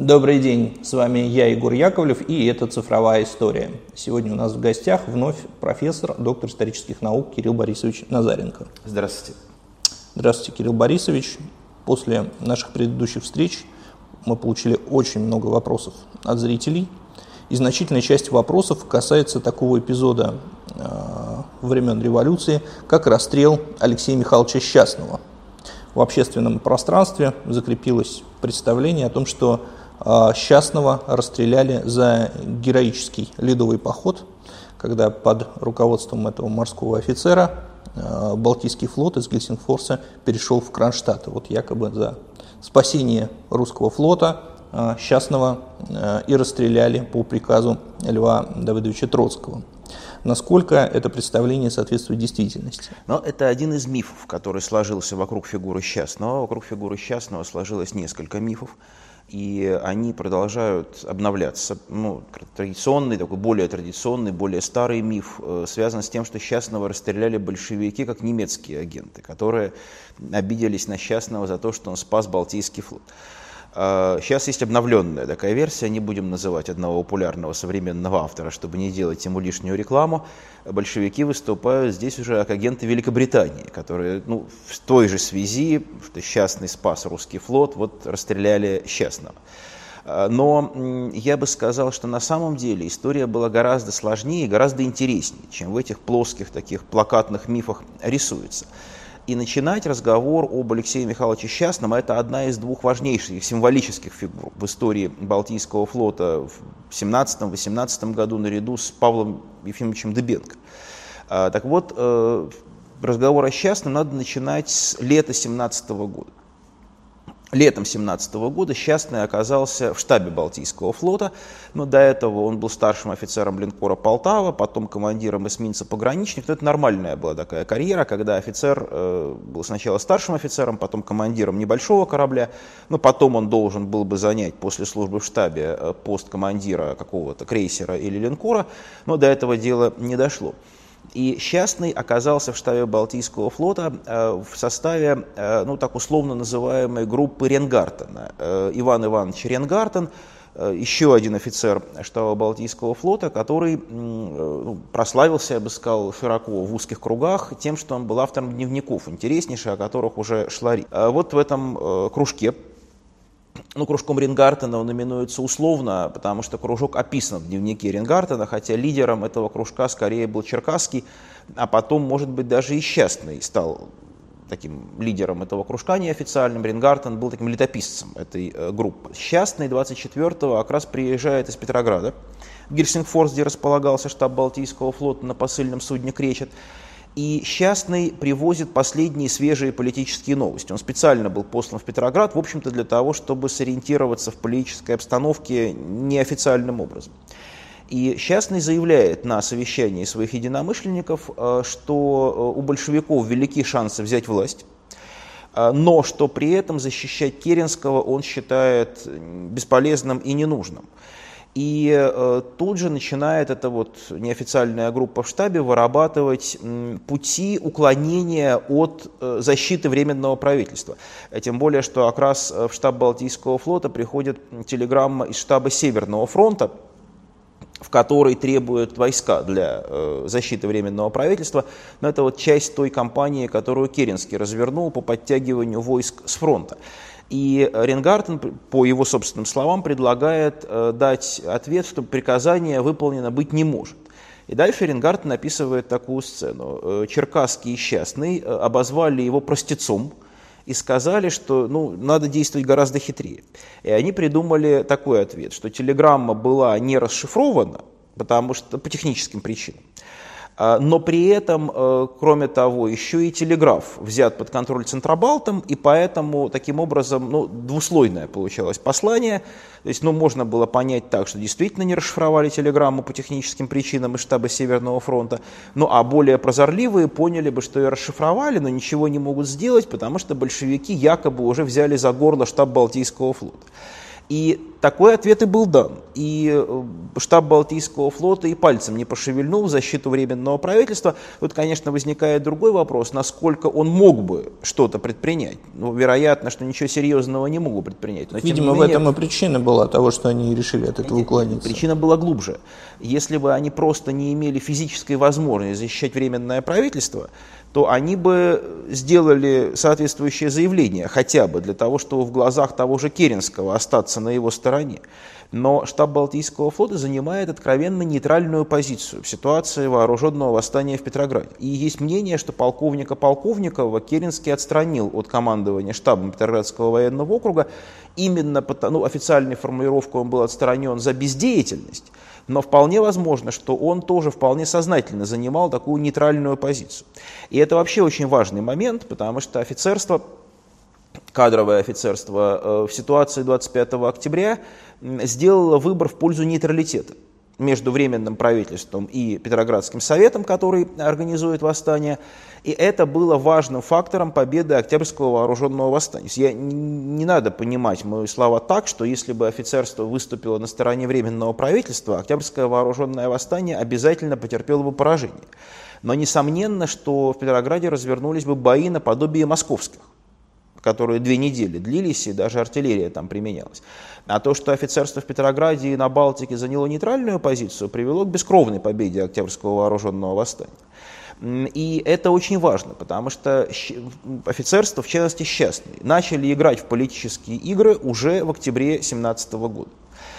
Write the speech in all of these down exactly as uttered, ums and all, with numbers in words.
Добрый день, с вами я, Егор Яковлев, и это «Цифровая история». Сегодня у нас в гостях вновь профессор, доктор исторических наук Кирилл Борисович Назаренко. Здравствуйте. Здравствуйте, Кирилл Борисович. После наших предыдущих встреч мы получили очень много вопросов от зрителей, и значительная часть вопросов касается такого эпизода э, времен революции, как расстрел Алексея Михайловича Счастного. В общественном пространстве закрепилось представление о том, что э, Счастного расстреляли за героический ледовый поход, когда под руководством этого морского офицера э, Балтийский флот из Гельсингфорса перешел в Кронштадт. Вот якобы за спасение русского флота э, Счастного э, и расстреляли по приказу Льва Давыдовича Троцкого. Насколько это представление соответствует действительности? Но это один из мифов, который сложился вокруг фигуры Счастного. Вокруг фигуры Счастного сложилось несколько мифов, и они продолжают обновляться. Ну, традиционный, такой более традиционный, более старый миф э, связан с тем, что Счастного расстреляли большевики как немецкие агенты, которые обиделись на Счастного за то, что он спас Балтийский флот. Сейчас есть обновленная такая версия, не будем называть одного популярного современного автора, чтобы не делать ему лишнюю рекламу. Большевики выступают здесь уже как агенты Великобритании, которые ну, в той же связи, что Счастный спас русский флот, вот расстреляли Счастного. Но я бы сказал, что на самом деле история была гораздо сложнее и гораздо интереснее, чем в этих плоских таких плакатных мифах рисуется. И начинать разговор об Алексее Михайловиче Счастном – это одна из двух важнейших символических фигур в истории Балтийского флота в семнадцатом — восемнадцатом году наряду с Павлом Ефимовичем Дыбенко. Так вот, разговор о Счастном надо начинать с лета семнадцатого года. Летом семнадцатого года Счастный оказался в штабе Балтийского флота, но до этого он был старшим офицером линкора «Полтава», потом командиром эсминца «Пограничник». Но это нормальная была такая карьера, когда офицер э, был сначала старшим офицером, потом командиром небольшого корабля, но потом он должен был бы занять после службы в штабе э, пост командира какого-то крейсера или линкора, но до этого дела не дошло. И Счастный оказался в штабе Балтийского флота э, в составе, э, ну так условно называемой группы Ренгартена. Э, Иван Иванович Ренгартен, э, еще один офицер штаба Балтийского флота, который э, прославился, я бы сказал, широко в узких кругах тем, что он был автором дневников, интереснейших, о которых уже шла речь. Э, вот в этом э, кружке, ну, кружком Ренгартена он именуется условно, потому что кружок описан в дневнике Ренгартена, хотя лидером этого кружка скорее был Черкасский, а потом, может быть, даже и Счастный стал таким лидером этого кружка неофициальным. Ренгартен был таким летописцем этой э, группы. Счастный двадцать четвёртого как раз приезжает из Петрограда в Гельсингфорс, где располагался штаб Балтийского флота, на посыльном судне «Кречет». И Счастный привозит последние свежие политические новости. Он специально был послан в Петроград, в общем-то, для того, чтобы сориентироваться в политической обстановке неофициальным образом. И Счастный заявляет на совещании своих единомышленников, что у большевиков велики шансы взять власть, но что при этом защищать Керенского он считает бесполезным и ненужным. И э, тут же начинает эта вот неофициальная группа в штабе вырабатывать м, пути уклонения от э, защиты Временного правительства. Тем более, что как раз в штаб Балтийского флота приходит телеграмма из штаба Северного фронта, в которой требуют войска для э, защиты Временного правительства. Но это вот часть той кампании, которую Керенский развернул по подтягиванию войск с фронта. И Ренгартен, по его собственным словам, предлагает э, дать ответ, что приказание выполнено быть не может. И дальше Ренгартен описывает такую сцену. Черкасский и Счастный обозвали его простецом и сказали, что ну, надо действовать гораздо хитрее. И они придумали такой ответ, что телеграмма была не расшифрована, потому что по техническим причинам. Но при этом, кроме того, еще и телеграф взят под контроль Центробалтом, и поэтому таким образом ну, двуслойное получалось послание. То есть ну, можно было понять так, что действительно не расшифровали телеграмму по техническим причинам из штаба Северного фронта, ну а более прозорливые поняли бы, что ее расшифровали, но ничего не могут сделать, потому что большевики якобы уже взяли за горло штаб Балтийского флота. И такой ответ и был дан. И штаб Балтийского флота и пальцем не пошевельнул в защиту Временного правительства. Тут, конечно, возникает другой вопрос, насколько он мог бы что-то предпринять. Ну, вероятно, что ничего серьезного не мог бы предпринять. Но, видимо, менее, в этом и причина была того, что они решили от этого уклониться. Причина была глубже. Если бы они просто не имели физической возможности защищать Временное правительство, то они бы сделали соответствующее заявление, хотя бы для того, чтобы в глазах того же Керенского остаться на его стороне. Но штаб Балтийского флота занимает откровенно нейтральную позицию в ситуации вооруженного восстания в Петрограде. И есть мнение, что полковника Полковникова Керенский отстранил от командования штабом Петроградского военного округа именно потому, ну, официальной формулировкой он был отстранен за бездеятельность, но вполне возможно, что он тоже вполне сознательно занимал такую нейтральную позицию. И это вообще очень важный момент, потому что офицерство, кадровое офицерство в ситуации двадцать пятого октября сделало выбор в пользу нейтралитета между Временным правительством и Петроградским советом, который организует восстание. И это было важным фактором победы Октябрьского вооруженного восстания. Я, не надо понимать мои слова так, что если бы офицерство выступило на стороне Временного правительства, Октябрьское вооруженное восстание обязательно потерпело бы поражение. Но несомненно, что в Петрограде развернулись бы бои наподобие московских, которые две недели длились, и даже артиллерия там применялась. А то, что офицерство в Петрограде и на Балтике заняло нейтральную позицию, привело к бескровной победе Октябрьского вооруженного восстания. И это очень важно, потому что офицерство, в частности частные, начали играть в политические игры уже в октябре тысяча девятьсот семнадцатого года.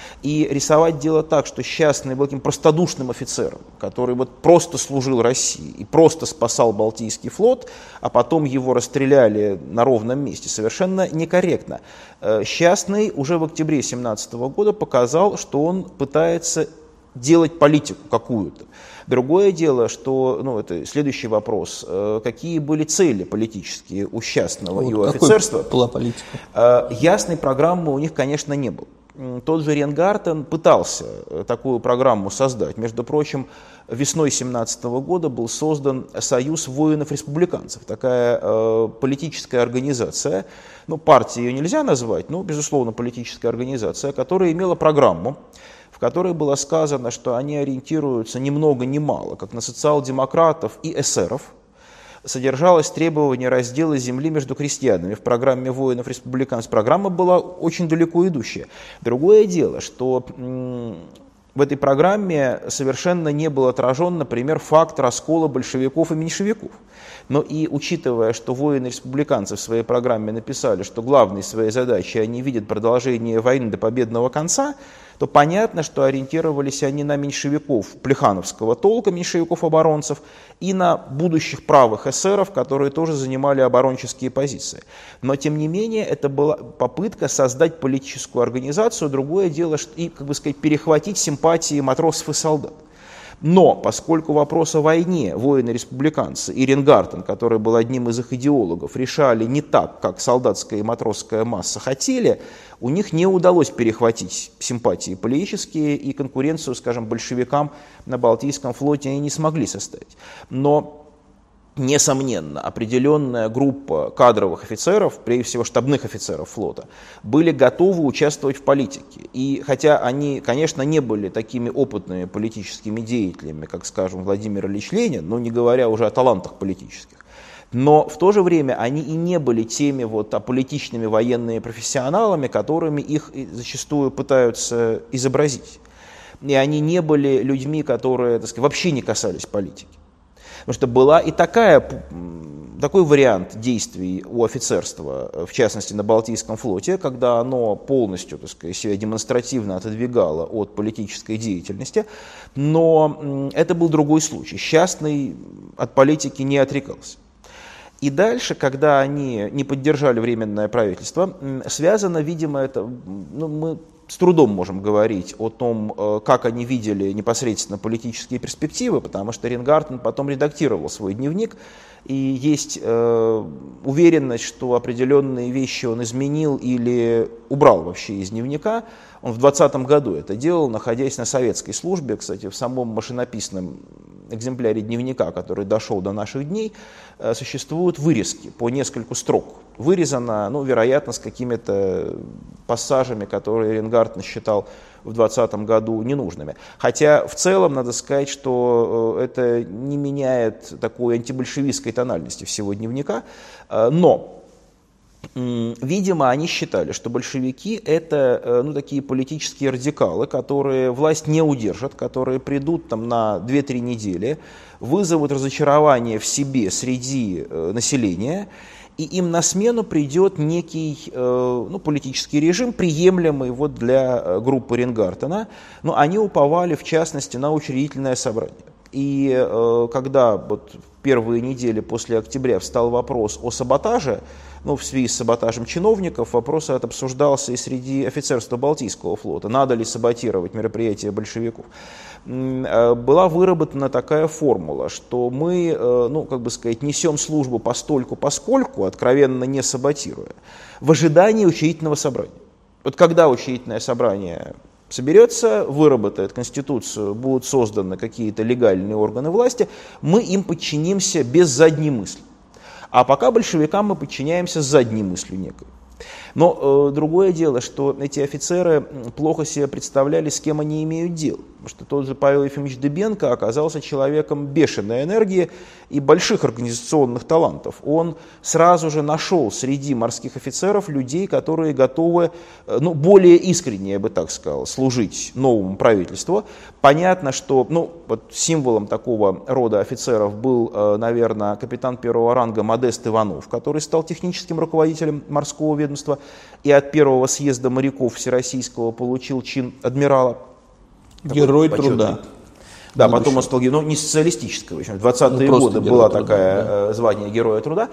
И рисовать дело так, что Счастный был таким простодушным офицером, который вот просто служил России и просто спасал Балтийский флот, а потом его расстреляли на ровном месте, совершенно некорректно. Счастный уже в октябре тысяча девятьсот семнадцатого года показал, что он пытается делать политику какую-то. Другое дело, что, ну, это следующий вопрос, какие были цели политические у Счастного вот и у офицерства? Какой была политика? Ясной программы у них, конечно, не было. Тот же Рейнгартен пытался такую программу создать. Между прочим, весной тысяча девятьсот семнадцатого года был создан Союз воинов-республиканцев, такая э, политическая организация, ну, партией ее нельзя назвать, но, безусловно, политическая организация, которая имела программу, в которой было сказано, что они ориентируются ни много ни мало, как на социал-демократов и эсеров. Содержалось требование раздела земли между крестьянами в программе воинов-республиканцев. Программа была очень далеко идущая. Другое дело, что м- в этой программе совершенно не был отражен, например, факт раскола большевиков и меньшевиков. Но и учитывая, что воины-республиканцы в своей программе написали, что главной своей задачей они видят продолжение войны до победного конца, то понятно, что ориентировались они на меньшевиков плехановского толка, меньшевиков-оборонцев, и на будущих правых эсеров, которые тоже занимали оборонческие позиции. Но, тем не менее, это была попытка создать политическую организацию, другое дело, и, как бы сказать, перехватить симпатии матросов и солдат. Но, поскольку вопрос о войне воины-республиканцы и Рейнгартен, который был одним из их идеологов, решали не так, как солдатская и матросская масса хотели, у них не удалось перехватить симпатии политические, и конкуренцию, скажем, большевикам на Балтийском флоте они не смогли составить. Но, несомненно, определенная группа кадровых офицеров, прежде всего штабных офицеров флота, были готовы участвовать в политике. И хотя они, конечно, не были такими опытными политическими деятелями, как, скажем, Владимир Ильич Ленин, но не говоря уже о талантах политических, но в то же время они и не были теми вот аполитичными военными профессионалами, которыми их зачастую пытаются изобразить. И они не были людьми, которые, так сказать, вообще не касались политики. Потому что была и такая, такой вариант действий у офицерства, в частности на Балтийском флоте, когда оно полностью, так сказать, себя демонстративно отодвигало от политической деятельности, но это был другой случай. Счастный от политики не отрекался. И дальше, когда они не поддержали Временное правительство, связано, видимо, это, ну, мы с трудом можем говорить о том, как они видели непосредственно политические перспективы, потому что Рейнгартен потом редактировал свой дневник, и есть э, уверенность, что определенные вещи он изменил или убрал вообще из дневника. Он в двадцатом году это делал, находясь на советской службе. Кстати, в самом машинописном экземпляре дневника, который дошел до наших дней, существуют вырезки по нескольку строк. Вырезано, ну, вероятно, с какими-то пассажами, которые Рейнгартен считал в двадцатом году ненужными. Хотя в целом надо сказать, что это не меняет такой антибольшевистской тональности всего дневника, но видимо, они считали, что большевики это, ну, такие политические радикалы, которые власть не удержат, которые придут там на две-три недели, вызовут разочарование в себе среди э, населения, и им на смену придет некий э, ну, политический режим, приемлемый вот для группы Рейнгартена. Но они уповали, в частности, на учредительное собрание. И э, когда вот в первые недели после октября встал вопрос о саботаже, ну, в связи с саботажем чиновников, вопрос этот обсуждался и среди офицерства Балтийского флота, надо ли саботировать мероприятия большевиков. Была выработана такая формула, что мы, ну, как бы сказать, несем службу постольку поскольку, откровенно не саботируя, в ожидании учредительного собрания. Вот когда учредительное собрание соберется, выработает конституцию, будут созданы какие-то легальные органы власти, мы им подчинимся без задней мысли. А пока большевикам мы подчиняемся с задней мыслью некой. Но э, другое дело, что эти офицеры плохо себе представляли, с кем они имеют дело. Потому что тот же Павел Ефимович Дыбенко оказался человеком бешеной энергии и больших организационных талантов. Он сразу же нашел среди морских офицеров людей, которые готовы, ну, более искренне, я бы так сказал, служить новому правительству. Понятно, что, ну, вот символом такого рода офицеров был, наверное, капитан первого ранга Модест Иванов, который стал техническим руководителем морского ведомства и от первого съезда моряков Всероссийского получил чин адмирала. Герой труда. Да, будущего. Потом он стал, ну, не социалистического, в двадцатые ну, годы была труда, такая да. звание Героя труда.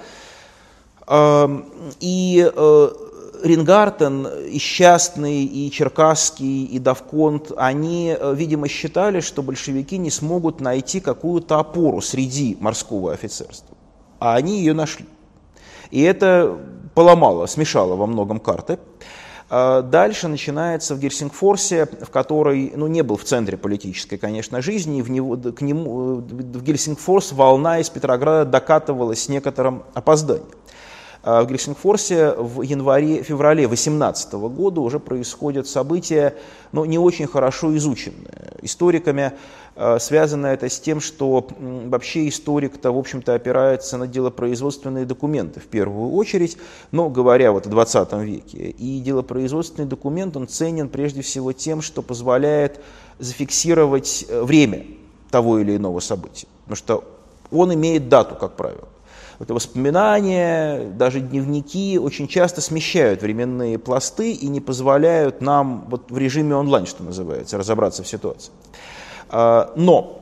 И Рейнгартен, и Счастный, и Черкасский, и Давконт, они, видимо, считали, что большевики не смогут найти какую-то опору среди морского офицерства. А они ее нашли. И это поломало, смешало во многом карты. Дальше начинается в Гельсингфорсе, в который, ну, не был в центре политической, конечно, жизни, в, него, к нему, в Гельсингфорс волна из Петрограда докатывалась с некоторым опозданием. В Гельсингфорсе в январе-феврале две тысячи восемнадцатого года уже происходят события, ну, не очень хорошо изученные историками. Связано это с тем, что вообще историк-то, в общем-то, опирается на делопроизводственные документы в первую очередь, но говоря вот о двадцатом веке. И делопроизводственный документ, он ценен прежде всего тем, что позволяет зафиксировать время того или иного события. Потому что он имеет дату, как правило. Это воспоминания, даже дневники очень часто смещают временные пласты и не позволяют нам вот в режиме онлайн, что называется, разобраться в ситуации. Но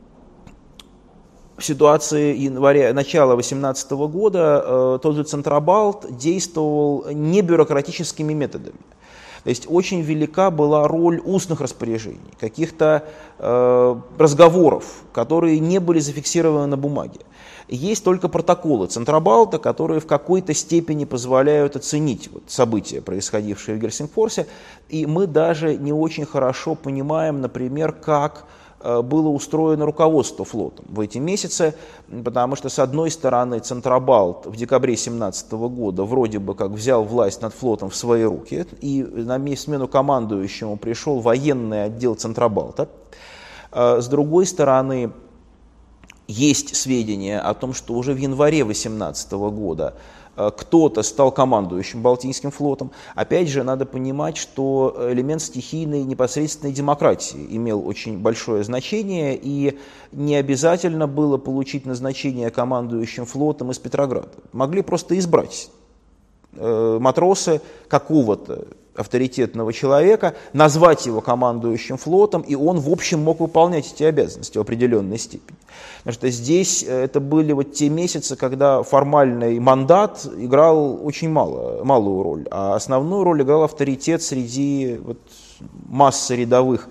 в ситуации января, начала две тысячи восемнадцатого года тот же Центробалт действовал не бюрократическими методами. То есть очень велика была роль устных распоряжений, каких-то э, разговоров, которые не были зафиксированы на бумаге. Есть только протоколы Центробалта, которые в какой-то степени позволяют оценить вот события, происходившие в Гельсингфорсе. И мы даже не очень хорошо понимаем, например, как было устроено руководство флотом в эти месяцы, потому что, с одной стороны, Центробалт в декабре две тысячи семнадцатого года вроде бы как взял власть над флотом в свои руки, и на смену командующему пришел военный отдел Центробалта. С другой стороны, есть сведения о том, что уже в январе две тысячи восемнадцатого года кто-то стал командующим Балтийским флотом. Опять же, надо понимать, что элемент стихийной непосредственной демократии имел очень большое значение, и не обязательно было получить назначение командующим флотом из Петрограда. Могли просто избрать матросы какого-то авторитетного человека, назвать его командующим флотом, и он, в общем, мог выполнять эти обязанности в определенной степени. Потому что здесь это были вот те месяцы, когда формальный мандат играл очень мало, малую роль, а основную роль играл авторитет среди вот массы рядовых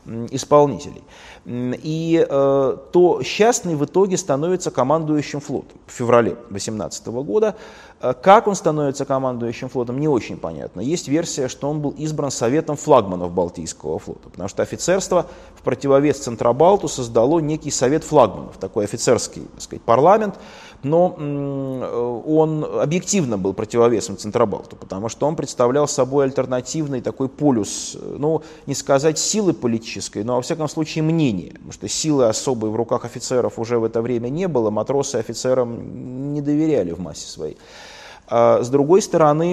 исполнителей. И э, то Счастный в итоге становится командующим флотом в феврале две тысячи восемнадцатого года. Как он становится командующим флотом, не очень понятно. Есть версия, что он был избран Советом флагманов Балтийского флота, потому что офицерство в противовес Центробалту создало некий Совет флагманов, такой офицерский, так сказать, парламент, но он объективно был противовесом Центробалту, потому что он представлял собой альтернативный такой полюс, ну, не сказать силы политической, но, во всяком случае, мнения, потому что силы особой в руках офицеров уже в это время не было, матросы офицерам не доверяли в массе своей. А с другой стороны,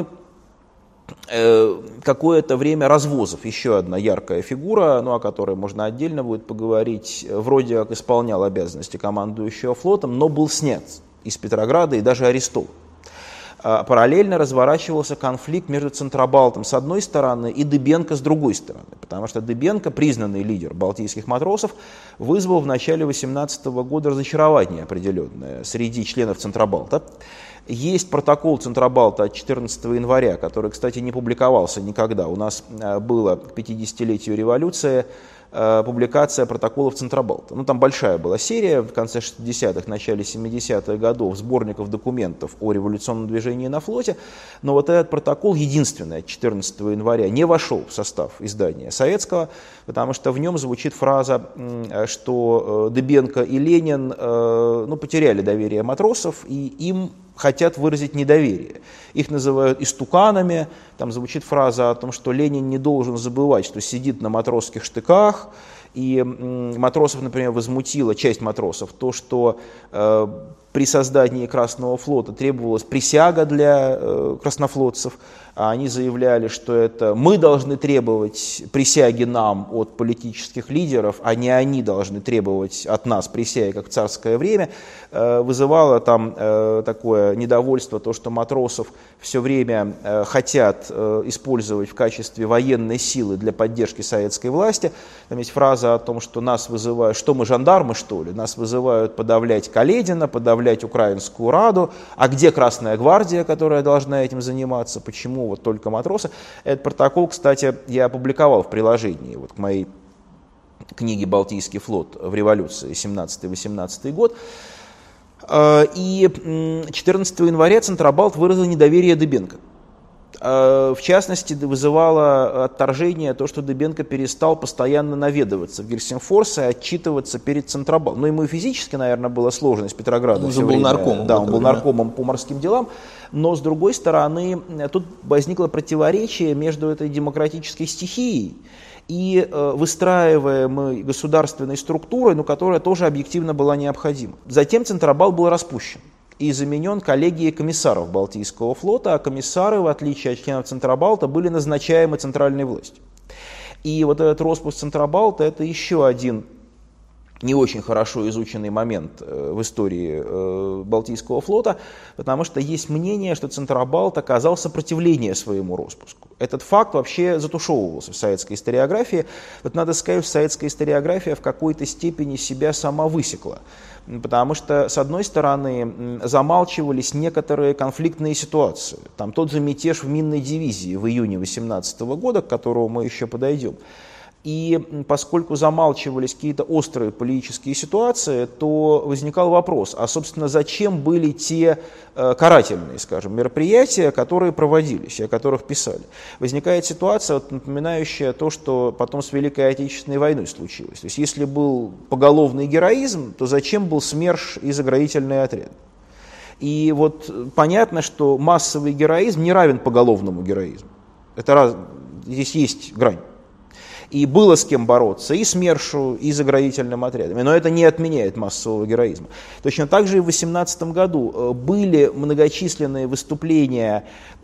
какое-то время Развозов, еще одна яркая фигура, ну, о которой можно отдельно будет поговорить, вроде как исполнял обязанности командующего флотом, но был снят из Петрограда и даже арестован. Параллельно разворачивался конфликт между Центробалтом с одной стороны и Дыбенко с другой стороны, потому что Дыбенко, признанный лидер балтийских матросов, вызвал в начале две тысячи восемнадцатого года разочарование определенное среди членов Центробалта. Есть протокол Центробалта от четырнадцатого января, который, кстати, не публиковался никогда. У нас было к пятидесятилетию революции публикация протоколов Центробалта. Ну, там большая была серия в конце шестидесятых, начале семидесятых годов сборников документов о революционном движении на флоте, но вот этот протокол, единственный от четырнадцатого января, не вошел в состав издания советского, потому что в нем звучит фраза, что Дыбенко и Ленин, ну, потеряли доверие матросов, и им хотят выразить недоверие. Их называют истуканами, там звучит фраза о том, что Ленин не должен забывать, что сидит на матросских штыках, и матросов, например, возмутила, часть матросов, то, что э, при создании Красного флота требовалась присяга для э, краснофлотцев, а они заявляли, что это мы должны требовать присяги нам от политических лидеров, а не они должны требовать от нас присяги, как в царское время, э, вызывало там э, такое недовольство, то, что матросов все время э, хотят э, использовать в качестве военной силы для поддержки советской власти. Там есть фраза о том, что нас вызывают, что мы жандармы, что ли, нас вызывают подавлять Каледина, подавлять Украинскую Раду, а где Красная гвардия, которая должна этим заниматься, почему вот только матросы. Этот протокол, кстати, я опубликовал в приложении вот к моей книге «Балтийский флот в революции» семнадцатый-восемнадцатый год. И четырнадцатого января Центробалт выразил недоверие Дыбенко. В частности, вызывало отторжение то, что Дыбенко перестал постоянно наведываться в Гельсингфорс и отчитываться перед Центробалтом. Ну, ему и физически, наверное, было сложно из Петрограда. Он же был наркомом. Да, он был наркомом по морским делам. Но, с другой стороны, тут возникло противоречие между этой демократической стихией и э, выстраиваемой государственной структурой, но которая тоже объективно была необходима. Затем Центробалт был распущен и заменен коллегией комиссаров Балтийского флота, а комиссары, в отличие от членов Центробалта, были назначаемы центральной властью. И вот этот распуск Центробалта – это еще один не очень хорошо изученный момент в истории Балтийского флота, потому что есть мнение, что Центробалт оказал сопротивление своему распуску. Этот факт вообще затушевывался в советской историографии. Вот надо сказать, что советская историография в какой-то степени себя сама высекла. Потому что, с одной стороны, замалчивались некоторые конфликтные ситуации. Там тот же мятеж в минной дивизии в июне восемнадцатого года, к которому мы еще подойдем. И поскольку замалчивались какие-то острые политические ситуации, то возникал вопрос, а, собственно, зачем были те э, карательные, скажем, мероприятия, которые проводились и о которых писали. Возникает ситуация, вот, напоминающая то, что потом с Великой Отечественной войной случилось. То есть, если был поголовный героизм, то зачем был СМЕРШ и заградительный отряд? И вот понятно, что массовый героизм не равен поголовному героизму. Это раз, здесь есть грань. И было с кем бороться, и СМЕРШу, и заградительным отрядами. Но это не отменяет массового героизма. Точно так же и в две тысячи восемнадцатом году были многочисленные выступления,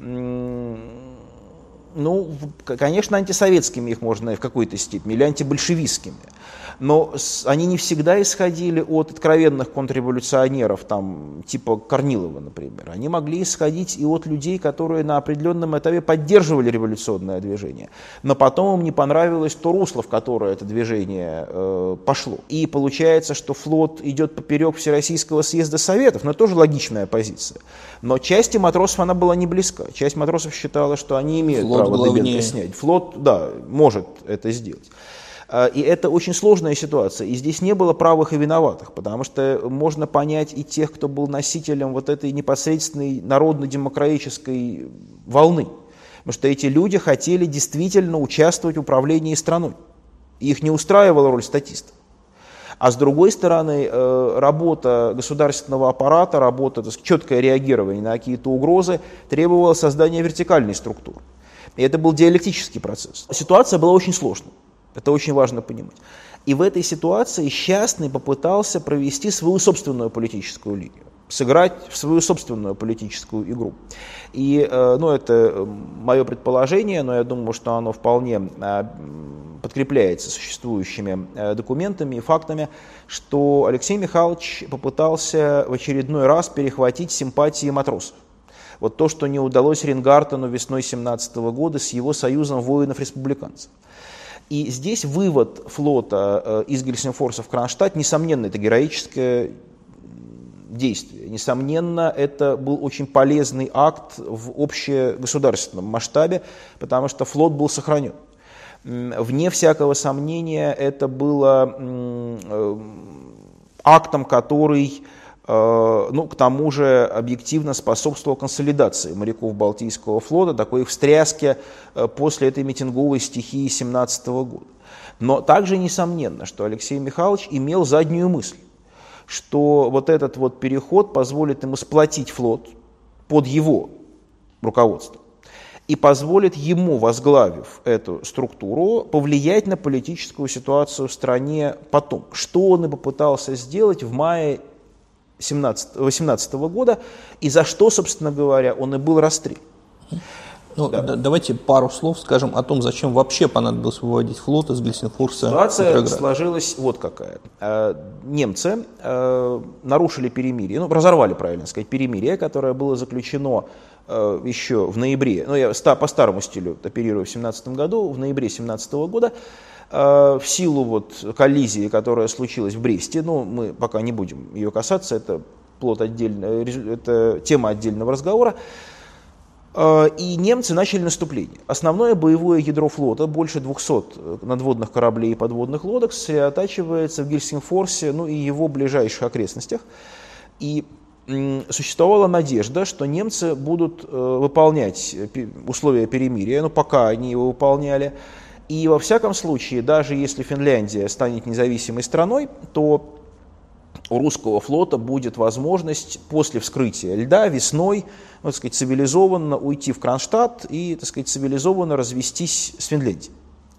ну, конечно, антисоветскими их можно в какой-то степени, или антибольшевистскими. Но они не всегда исходили от откровенных контрреволюционеров, там, типа Корнилова, например. Они могли исходить и от людей, которые на определенном этапе поддерживали революционное движение. Но потом им не понравилось то русло, в которое это движение э, пошло. И получается, что флот идет поперек Всероссийского съезда Советов, но это тоже логичная позиция. Но части матросов она была не близка. Часть матросов считала, что они имеют флот право Дыбенко снять. Флот, да, может это сделать. И это очень сложная ситуация, и здесь не было правых и виноватых, потому что можно понять и тех, кто был носителем вот этой непосредственной народно-демократической волны, потому что эти люди хотели действительно участвовать в управлении страной, и их не устраивала роль статистов. А с другой стороны, работа государственного аппарата, работа, так сказать, четкое реагирование на какие-то угрозы требовала создания вертикальной структуры. И это был диалектический процесс. Ситуация была очень сложной. Это очень важно понимать. И в этой ситуации Счастный попытался провести свою собственную политическую линию, сыграть в свою собственную политическую игру. И, ну, это мое предположение, но я думаю, что оно вполне подкрепляется существующими документами и фактами, что Алексей Михайлович попытался в очередной раз перехватить симпатии матросов. Вот то, что не удалось Рейнгартену весной семнадцатого года с его союзом воинов-республиканцев. И здесь вывод флота из Гельсингфорса в Кронштадт, несомненно, это героическое действие. Несомненно, это был очень полезный акт в общегосударственном масштабе, потому что флот был сохранен. Вне всякого сомнения, это было актом, который, ну, к тому же, объективно способствовал консолидации моряков Балтийского флота, такой встряске после этой митинговой стихии семнадцатого года. Но также несомненно, что Алексей Михайлович имел заднюю мысль, что вот этот вот переход позволит ему сплотить флот под его руководством и позволит ему, возглавив эту структуру, повлиять на политическую ситуацию в стране потом. Что он и попытался сделать в мае две тысячи восемнадцатого года, и за что, собственно говоря, он и был расстрелян. Ну, да. Да, давайте пару слов скажем о том, зачем вообще понадобилось выводить флот из Гельсингфорса. Ситуация сложилась вот какая. Немцы нарушили перемирие, ну, разорвали, правильно сказать, перемирие, которое было заключено еще в ноябре, ну, я по старому стилю оперирую в семнадцатом году, в ноябре семнадцатого года, в силу вот коллизии, которая случилась в Бресте, ну, мы пока не будем ее касаться, это плод отдельно, это тема отдельного разговора, и немцы начали наступление. Основное боевое ядро флота, больше двухсот надводных кораблей и подводных лодок, сосредотачивается в Гельсингфорсе, ну и его ближайших окрестностях. И существовала надежда, что немцы будут выполнять условия перемирия, но пока они его выполняли. И во всяком случае, даже если Финляндия станет независимой страной, то у русского флота будет возможность после вскрытия льда весной, ну, так сказать, цивилизованно уйти в Кронштадт и, так сказать, цивилизованно развестись с Финляндией.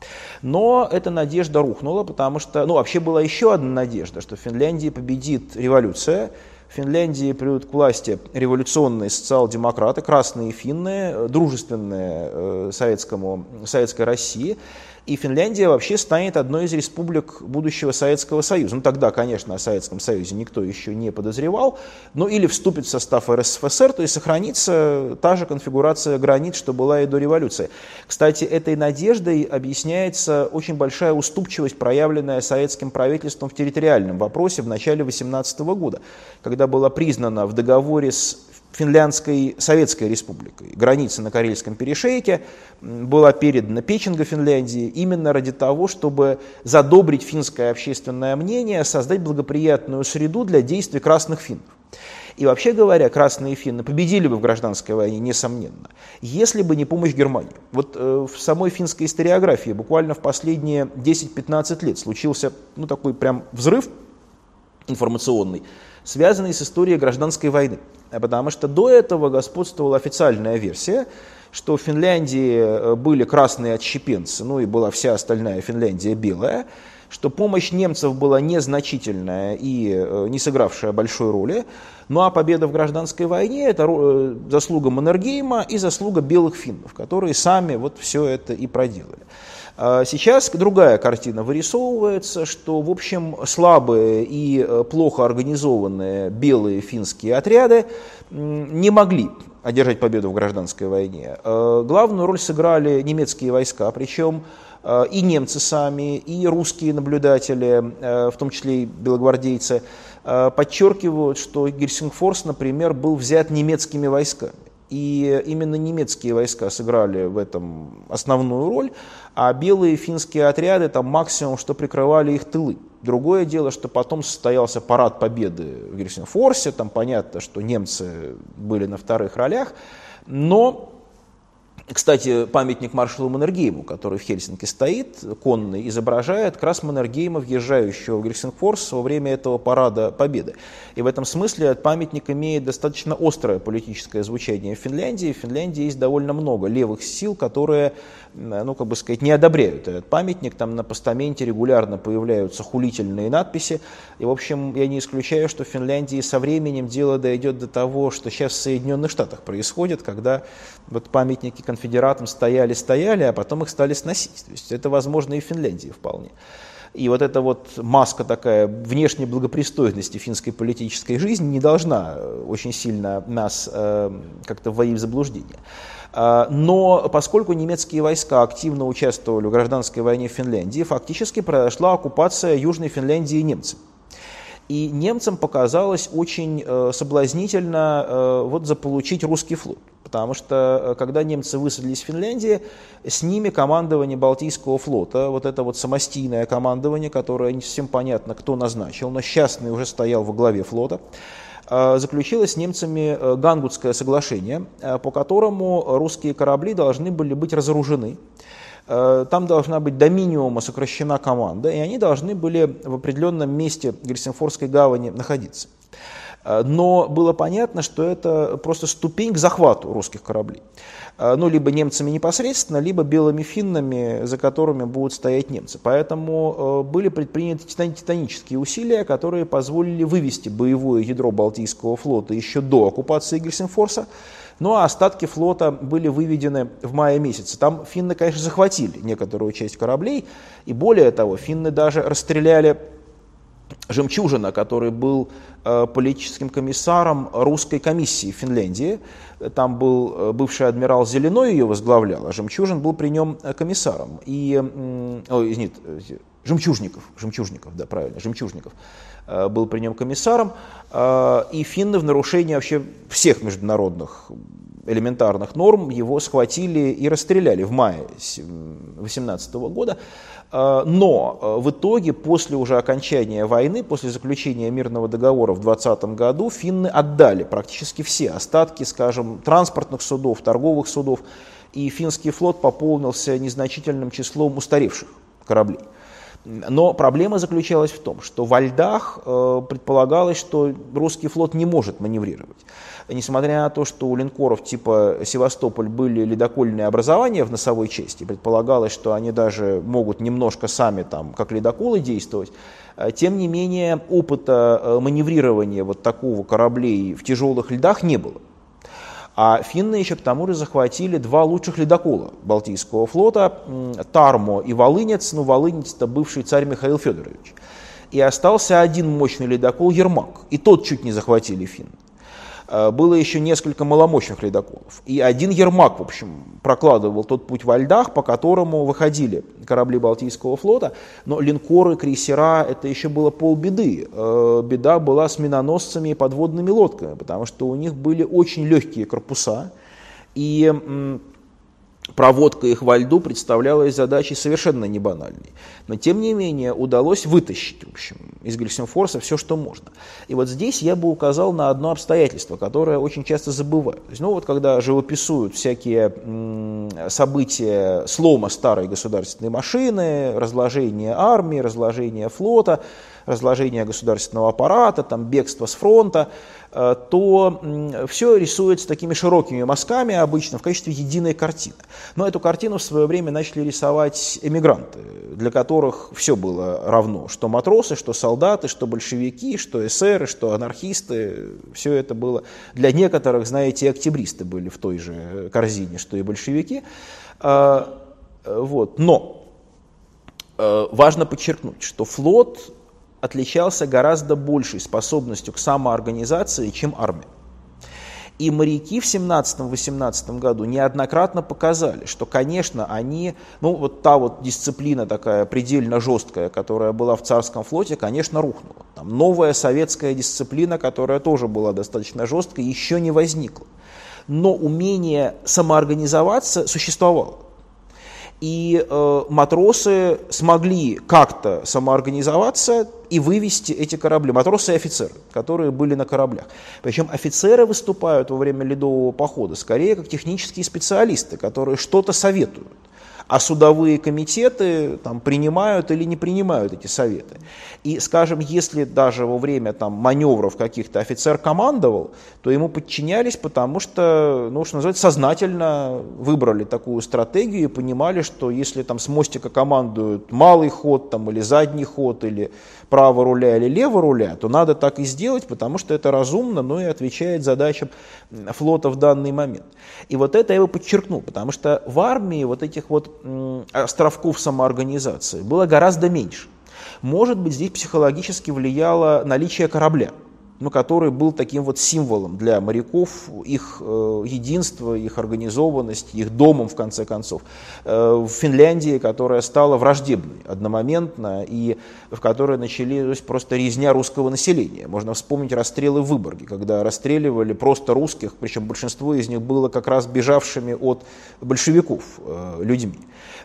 Но эта надежда рухнула, потому что, ну, вообще была еще одна надежда, что в Финляндии победит революция. В Финляндии придут к власти революционные социал-демократы, красные финны, дружественные советскому, советской России. И Финляндия вообще станет одной из республик будущего Советского Союза. Ну, тогда, конечно, о Советском Союзе никто еще не подозревал. Ну, или вступит в состав эр эс эф эс эр, то есть сохранится та же конфигурация границ, что была и до революции. Кстати, этой надеждой объясняется очень большая уступчивость, проявленная советским правительством в территориальном вопросе в начале две тысячи восемнадцатого года, когда была признана в договоре с Финляндской Советской Республикой граница на Карельском перешейке, была передана Печенга Финляндии именно ради того, чтобы задобрить финское общественное мнение, создать благоприятную среду для действий красных финнов. И вообще говоря, красные финны победили бы в гражданской войне, несомненно, если бы не помощь Германии. Вот э, в самой финской историографии буквально в последние десять-пятнадцать лет случился, ну, такой прям взрыв информационный, связанный с историей гражданской войны. Потому что до этого господствовала официальная версия, что в Финляндии были красные отщепенцы, ну и была вся остальная Финляндия белая, что помощь немцев была незначительная и не сыгравшая большой роли, ну а победа в гражданской войне – это заслуга Маннергейма и заслуга белых финнов, которые сами вот все это и проделали. Сейчас другая картина вырисовывается, что, в общем, слабые и плохо организованные белые финские отряды не могли одержать победу в гражданской войне. Главную роль сыграли немецкие войска, причем и немцы сами, и русские наблюдатели, в том числе и белогвардейцы, подчеркивают, что Гельсингфорс, например, был взят немецкими войсками. И именно немецкие войска сыграли в этом основную роль, а белые финские отряды там максимум, что прикрывали их тылы. Другое дело, что потом состоялся парад победы в Гельсингфорсе, там понятно, что немцы были на вторых ролях, но... Кстати, памятник маршалу Маннергейму, который в Хельсинки стоит, конный, изображает как раз Маннергейма, въезжающего в Гельсингфорс во время этого парада победы. И в этом смысле этот памятник имеет достаточно острое политическое звучание в Финляндии. В Финляндии есть довольно много левых сил, которые, ну, как бы сказать, не одобряют этот памятник. Там на постаменте регулярно появляются хулительные надписи. И, в общем, я не исключаю, что в Финляндии со временем дело дойдет до того, что сейчас в Соединенных Штатах происходит, когда вот памятники конфедератам стояли-стояли, а потом их стали сносить. То есть это возможно и в Финляндии вполне. И вот эта вот маска такая внешней благопристойности финской политической жизни не должна очень сильно нас э, как-то вводить в заблуждение. Но поскольку немецкие войска активно участвовали в гражданской войне в Финляндии, фактически произошла оккупация Южной Финляндии немцами. И немцам показалось очень э, соблазнительно э, вот заполучить русский флот. Потому что, э, когда немцы высадились в Финляндии, с ними командование Балтийского флота, вот это вот самостийное командование, которое не совсем понятно, кто назначил, но Счастный уже стоял во главе флота, э, заключилось с немцами э, Гангутское соглашение, э, по которому русские корабли должны были быть разоружены. Там должна быть до минимума сокращена команда, и они должны были в определенном месте Гельсингфорской гавани находиться. Но было понятно, что это просто ступень к захвату русских кораблей. Ну, либо немцами непосредственно, либо белыми финнами, за которыми будут стоять немцы. Поэтому были предприняты титанические усилия, которые позволили вывести боевое ядро Балтийского флота еще до оккупации Гельсингфорса. Ну а остатки флота были выведены в мае месяце. Там финны, конечно, захватили некоторую часть кораблей, и более того, финны даже расстреляли Жемчужина, который был э, политическим комиссаром русской комиссии в Финляндии. Там был э, бывший адмирал Зеленой, ее возглавлял, а Жемчужин был при нем комиссаром. И, э, ой, нет, Жемчужников, Жемчужников, да, правильно, Жемчужников э, был при нем комиссаром. Э, и финны в нарушении вообще всех международных элементарных норм его схватили и расстреляли в мае две тысячи восемнадцатого года. Но в итоге, после уже окончания войны, после заключения мирного договора в двадцатом году, финны отдали практически все остатки, скажем, транспортных судов, торговых судов, и финский флот пополнился незначительным числом устаревших кораблей. Но проблема заключалась в том, что во льдах э, предполагалось, что русский флот не может маневрировать. Несмотря на то, что у линкоров типа «Севастополь» были ледокольные образования в носовой части, предполагалось, что они даже могут немножко сами там, как ледоколы действовать, тем не менее опыта маневрирования вот такого кораблей в тяжелых льдах не было. А финны еще к тому же захватили два лучших ледокола Балтийского флота, Тармо и Волынец. Ну, Волынец — это бывший царь Михаил Федорович. И остался один мощный ледокол Ермак, и тот чуть не захватили финны. Было еще несколько маломощных ледоколов. И один Ермак, в общем, прокладывал тот путь во льдах, по которому выходили корабли Балтийского флота. Но линкоры, крейсера — это еще было полбеды. Беда была с миноносцами и подводными лодками, потому что у них были очень легкие корпуса. И проводка их во льду представлялась задачей совершенно не банальной. Но, тем не менее, удалось вытащить, в общем, из Гельсингфорса все, что можно. И вот здесь я бы указал на одно обстоятельство, которое очень часто забывают. То есть, ну вот когда живописуют всякие м, события слома старой государственной машины, разложение армии, разложение флота, разложение государственного аппарата, там, бегство с фронта, то все рисуется такими широкими мазками обычно в качестве единой картины. Но эту картину в свое время начали рисовать эмигранты, для которых все было равно, что матросы, что солдаты, что большевики, что эсеры, что анархисты, все это было. Для некоторых, знаете, октябристы были в той же корзине, что и большевики. Вот. Но важно подчеркнуть, что флот отличался гораздо большей способностью к самоорганизации, чем армия. И моряки в семнадцатом-восемнадцатом году неоднократно показали, что, конечно, они, ну вот та вот дисциплина такая предельно жесткая, которая была в царском флоте, конечно, рухнула. Там новая советская дисциплина, которая тоже была достаточно жесткой, еще не возникла. но умение самоорганизоваться существовало. И э, матросы смогли как-то самоорганизоваться и вывести эти корабли. Матросы и офицеры, которые были на кораблях. Причем офицеры выступают во время ледового похода скорее как технические специалисты, которые что-то советуют. А судовые комитеты там, принимают или не принимают эти советы. И, скажем, если даже во время там, маневров каких-то офицер командовал, то ему подчинялись, потому что, ну, что называется, сознательно выбрали такую стратегию и понимали, что если там, с мостика командуют малый ход там, или задний ход, или право руля или лево руля, то надо так и сделать, потому что это разумно, но и отвечает задачам флота в данный момент. И вот это я его подчеркну, потому что в армии вот этих вот островков самоорганизации было гораздо меньше. Может быть, здесь психологически влияло наличие корабля, ну, который был таким вот символом для моряков, их э, единства, их организованности, их домом, в конце концов. Э, в Финляндии, которая стала враждебной одномоментно, и в которой начались просто резня русского населения. Можно вспомнить расстрелы в Выборге, когда расстреливали просто русских, причем большинство из них было как раз бежавшими от большевиков э, людьми.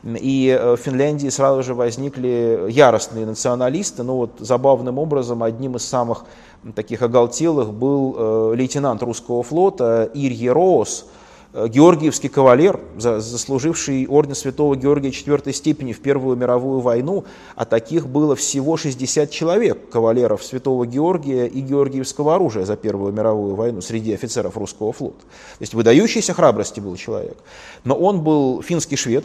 И в Финляндии сразу же возникли яростные националисты, но вот забавным образом одним из самых таких оголтелых был э, лейтенант русского флота Ирье Роос, э, георгиевский кавалер, за, заслуживший орден Святого Георгия четвертой степени в Первую мировую войну, а таких было всего шестьдесят человек, кавалеров Святого Георгия и георгиевского оружия за Первую мировую войну среди офицеров русского флота. То есть выдающейся храбрости был человек. Но он был финский швед,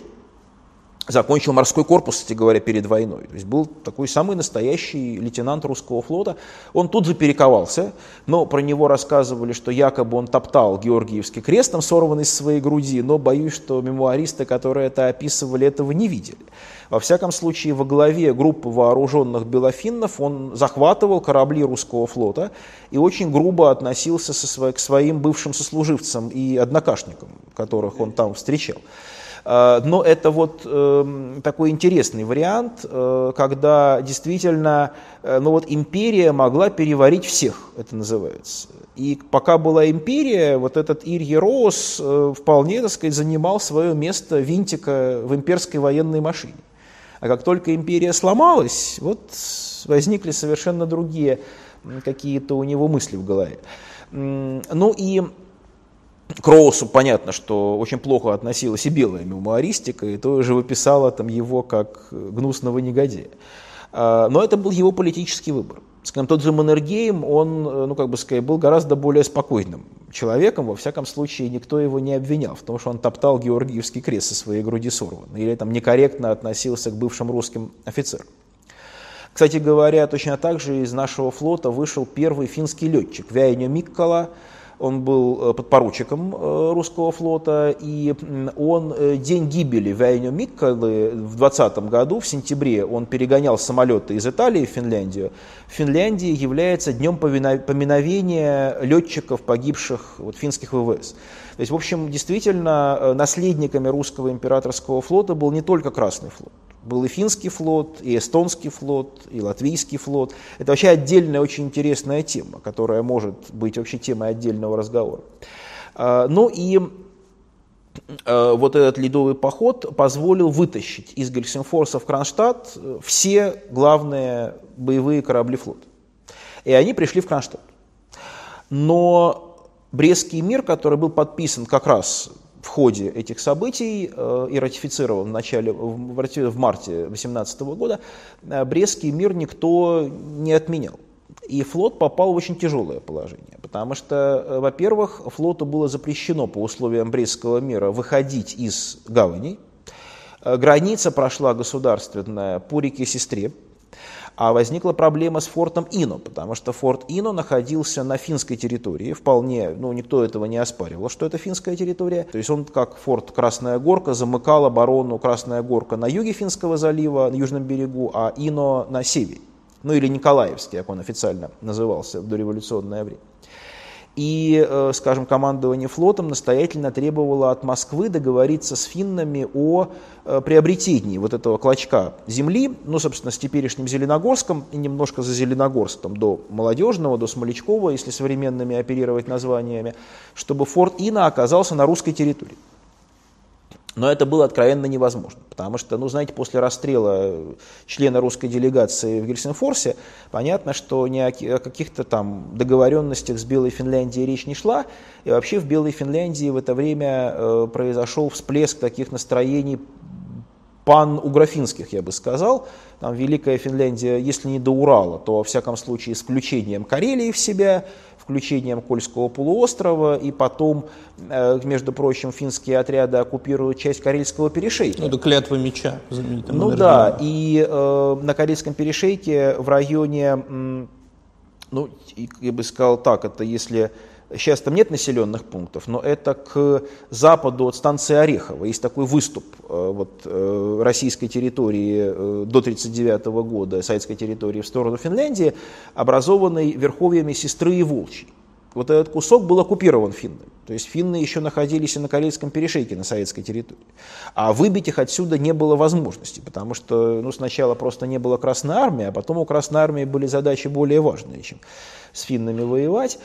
закончил морской корпус, кстати говоря, перед войной. То есть был такой самый настоящий лейтенант русского флота. Он тут же перековался, но про него рассказывали, что якобы он топтал Георгиевский крест, там, сорванный с своей груди, но боюсь, что мемуаристы, которые это описывали, этого не видели. Во всяком случае, во главе группы вооруженных белофиннов он захватывал корабли русского флота и очень грубо относился со своей, к своим бывшим сослуживцам и однокашникам, которых он там встречал. Но это вот э, такой интересный вариант, э, когда действительно э, ну вот империя могла переварить всех, это называется. И пока была империя, вот этот Ирье Роос э, вполне, так сказать, занимал свое место винтика в имперской военной машине. А как только империя сломалась, вот возникли совершенно другие какие-то у него мысли в голове. Ну и к Роусу понятно, что очень плохо относилась и белая мемуаристика, и тоже выписала там его как гнусного негодяя. Но это был его политический выбор. Скажем, тот же Маннергейм, он, ну, как бы сказать, был гораздо более спокойным человеком, во всяком случае никто его не обвинял в том, что он топтал Георгиевский крест со своей груди сорван, или там некорректно относился к бывшим русским офицерам. Кстати говоря, точно так же из нашего флота вышел первый финский летчик Väinö Mikkola. Он был подпоручиком русского флота, и он день гибели Väinö Mikkolы в двадцатом году, в сентябре, он перегонял самолеты из Италии в Финляндию. В Финляндии является днем поминовения летчиков, погибших вот, финских ВВС. То есть, в общем, действительно, наследниками русского императорского флота был не только Красный флот. Был и финский флот, и эстонский флот, и латвийский флот. Это вообще отдельная, очень интересная тема, которая может быть вообще темой отдельного разговора. Ну и вот этот ледовый поход позволил вытащить из Гельсингфорса в Кронштадт все главные боевые корабли флота. И они пришли в Кронштадт. Но Брестский мир, который был подписан как раз в ходе этих событий э, и ратифицирован в, начале, в, в марте две тысячи восемнадцатого года, э, Брестский мир никто не отменял. И флот попал в очень тяжелое положение, потому что, э, во-первых, флоту было запрещено по условиям Брестского мира выходить из гаваней. Э, граница прошла государственная по реке Сестре. А возникла проблема с фортом Ино, потому что форт Ино находился на финской территории, вполне, ну, никто этого не оспаривал, что это финская территория. То есть он, как форт Красная Горка, замыкал оборону Красная Горка на юге Финского залива, на южном берегу, а Ино на севере. Ну или Николаевский, как он официально назывался в дореволюционное время. И, скажем, командование флотом настоятельно требовало от Москвы договориться с финнами о приобретении вот этого клочка земли, ну, собственно, с теперешним Зеленогорском и немножко за Зеленогорском до Молодежного, до Смолячкова, если современными оперировать названиями, чтобы форт Ина оказался на русской территории. Но это было откровенно невозможно, потому что, ну, знаете, после расстрела члена русской делегации в Гельсинфорсе, понятно, что ни о каких-то там договоренностях с Белой Финляндией речь не шла, и вообще в Белой Финляндии в это время э, произошел всплеск таких настроений пан-угрофинских, я бы сказал. Там Великая Финляндия, если не до Урала, то, во всяком случае, с включением Карелии в себя, включением Кольского полуострова, и потом, между прочим, финские отряды оккупируют часть Карельского перешейка. Ну, это клятва меча, знаменитым. Ну да, и э, на Карельском перешейке в районе, ну, я бы сказал так, это если... Сейчас там нет населенных пунктов, но это к западу от станции Орехово. Есть такой выступ вот, российской территории до тридцать девятого года, советской территории в сторону Финляндии, образованный верховьями Сестры и Волчьей. Вот этот кусок был оккупирован финнами. То есть финны еще находились и на Карельском перешейке, на советской территории. А выбить их отсюда не было возможности, потому что ну, сначала просто не было Красной Армии, а потом у Красной Армии были задачи более важные, чем с финнами воевать.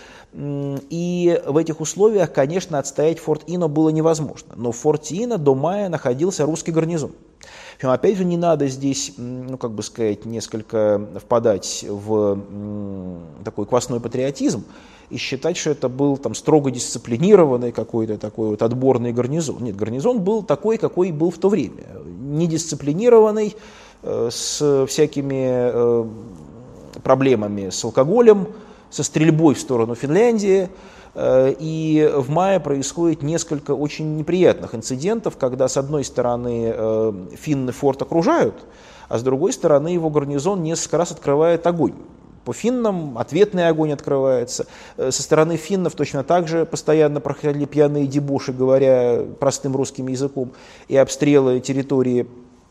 И в этих условиях, конечно, отстоять форт Ино было невозможно. Но в форте Ино до мая находился русский гарнизон. Причем, опять же, не надо здесь, ну, как бы сказать, несколько впадать в такой квасной патриотизм и считать, что это был там строго дисциплинированный какой-то такой вот отборный гарнизон. Нет, гарнизон был такой, какой был в то время. Недисциплинированный, э, с всякими э, проблемами с алкоголем, со стрельбой в сторону Финляндии. Э, и в мае происходит несколько очень неприятных инцидентов, когда с одной стороны э, финны форт окружают, а с другой стороны его гарнизон несколько раз открывает огонь. По финнам ответный огонь открывается. Со стороны финнов точно так же постоянно проходили пьяные дебоши, говоря простым русским языком, и обстрелы территории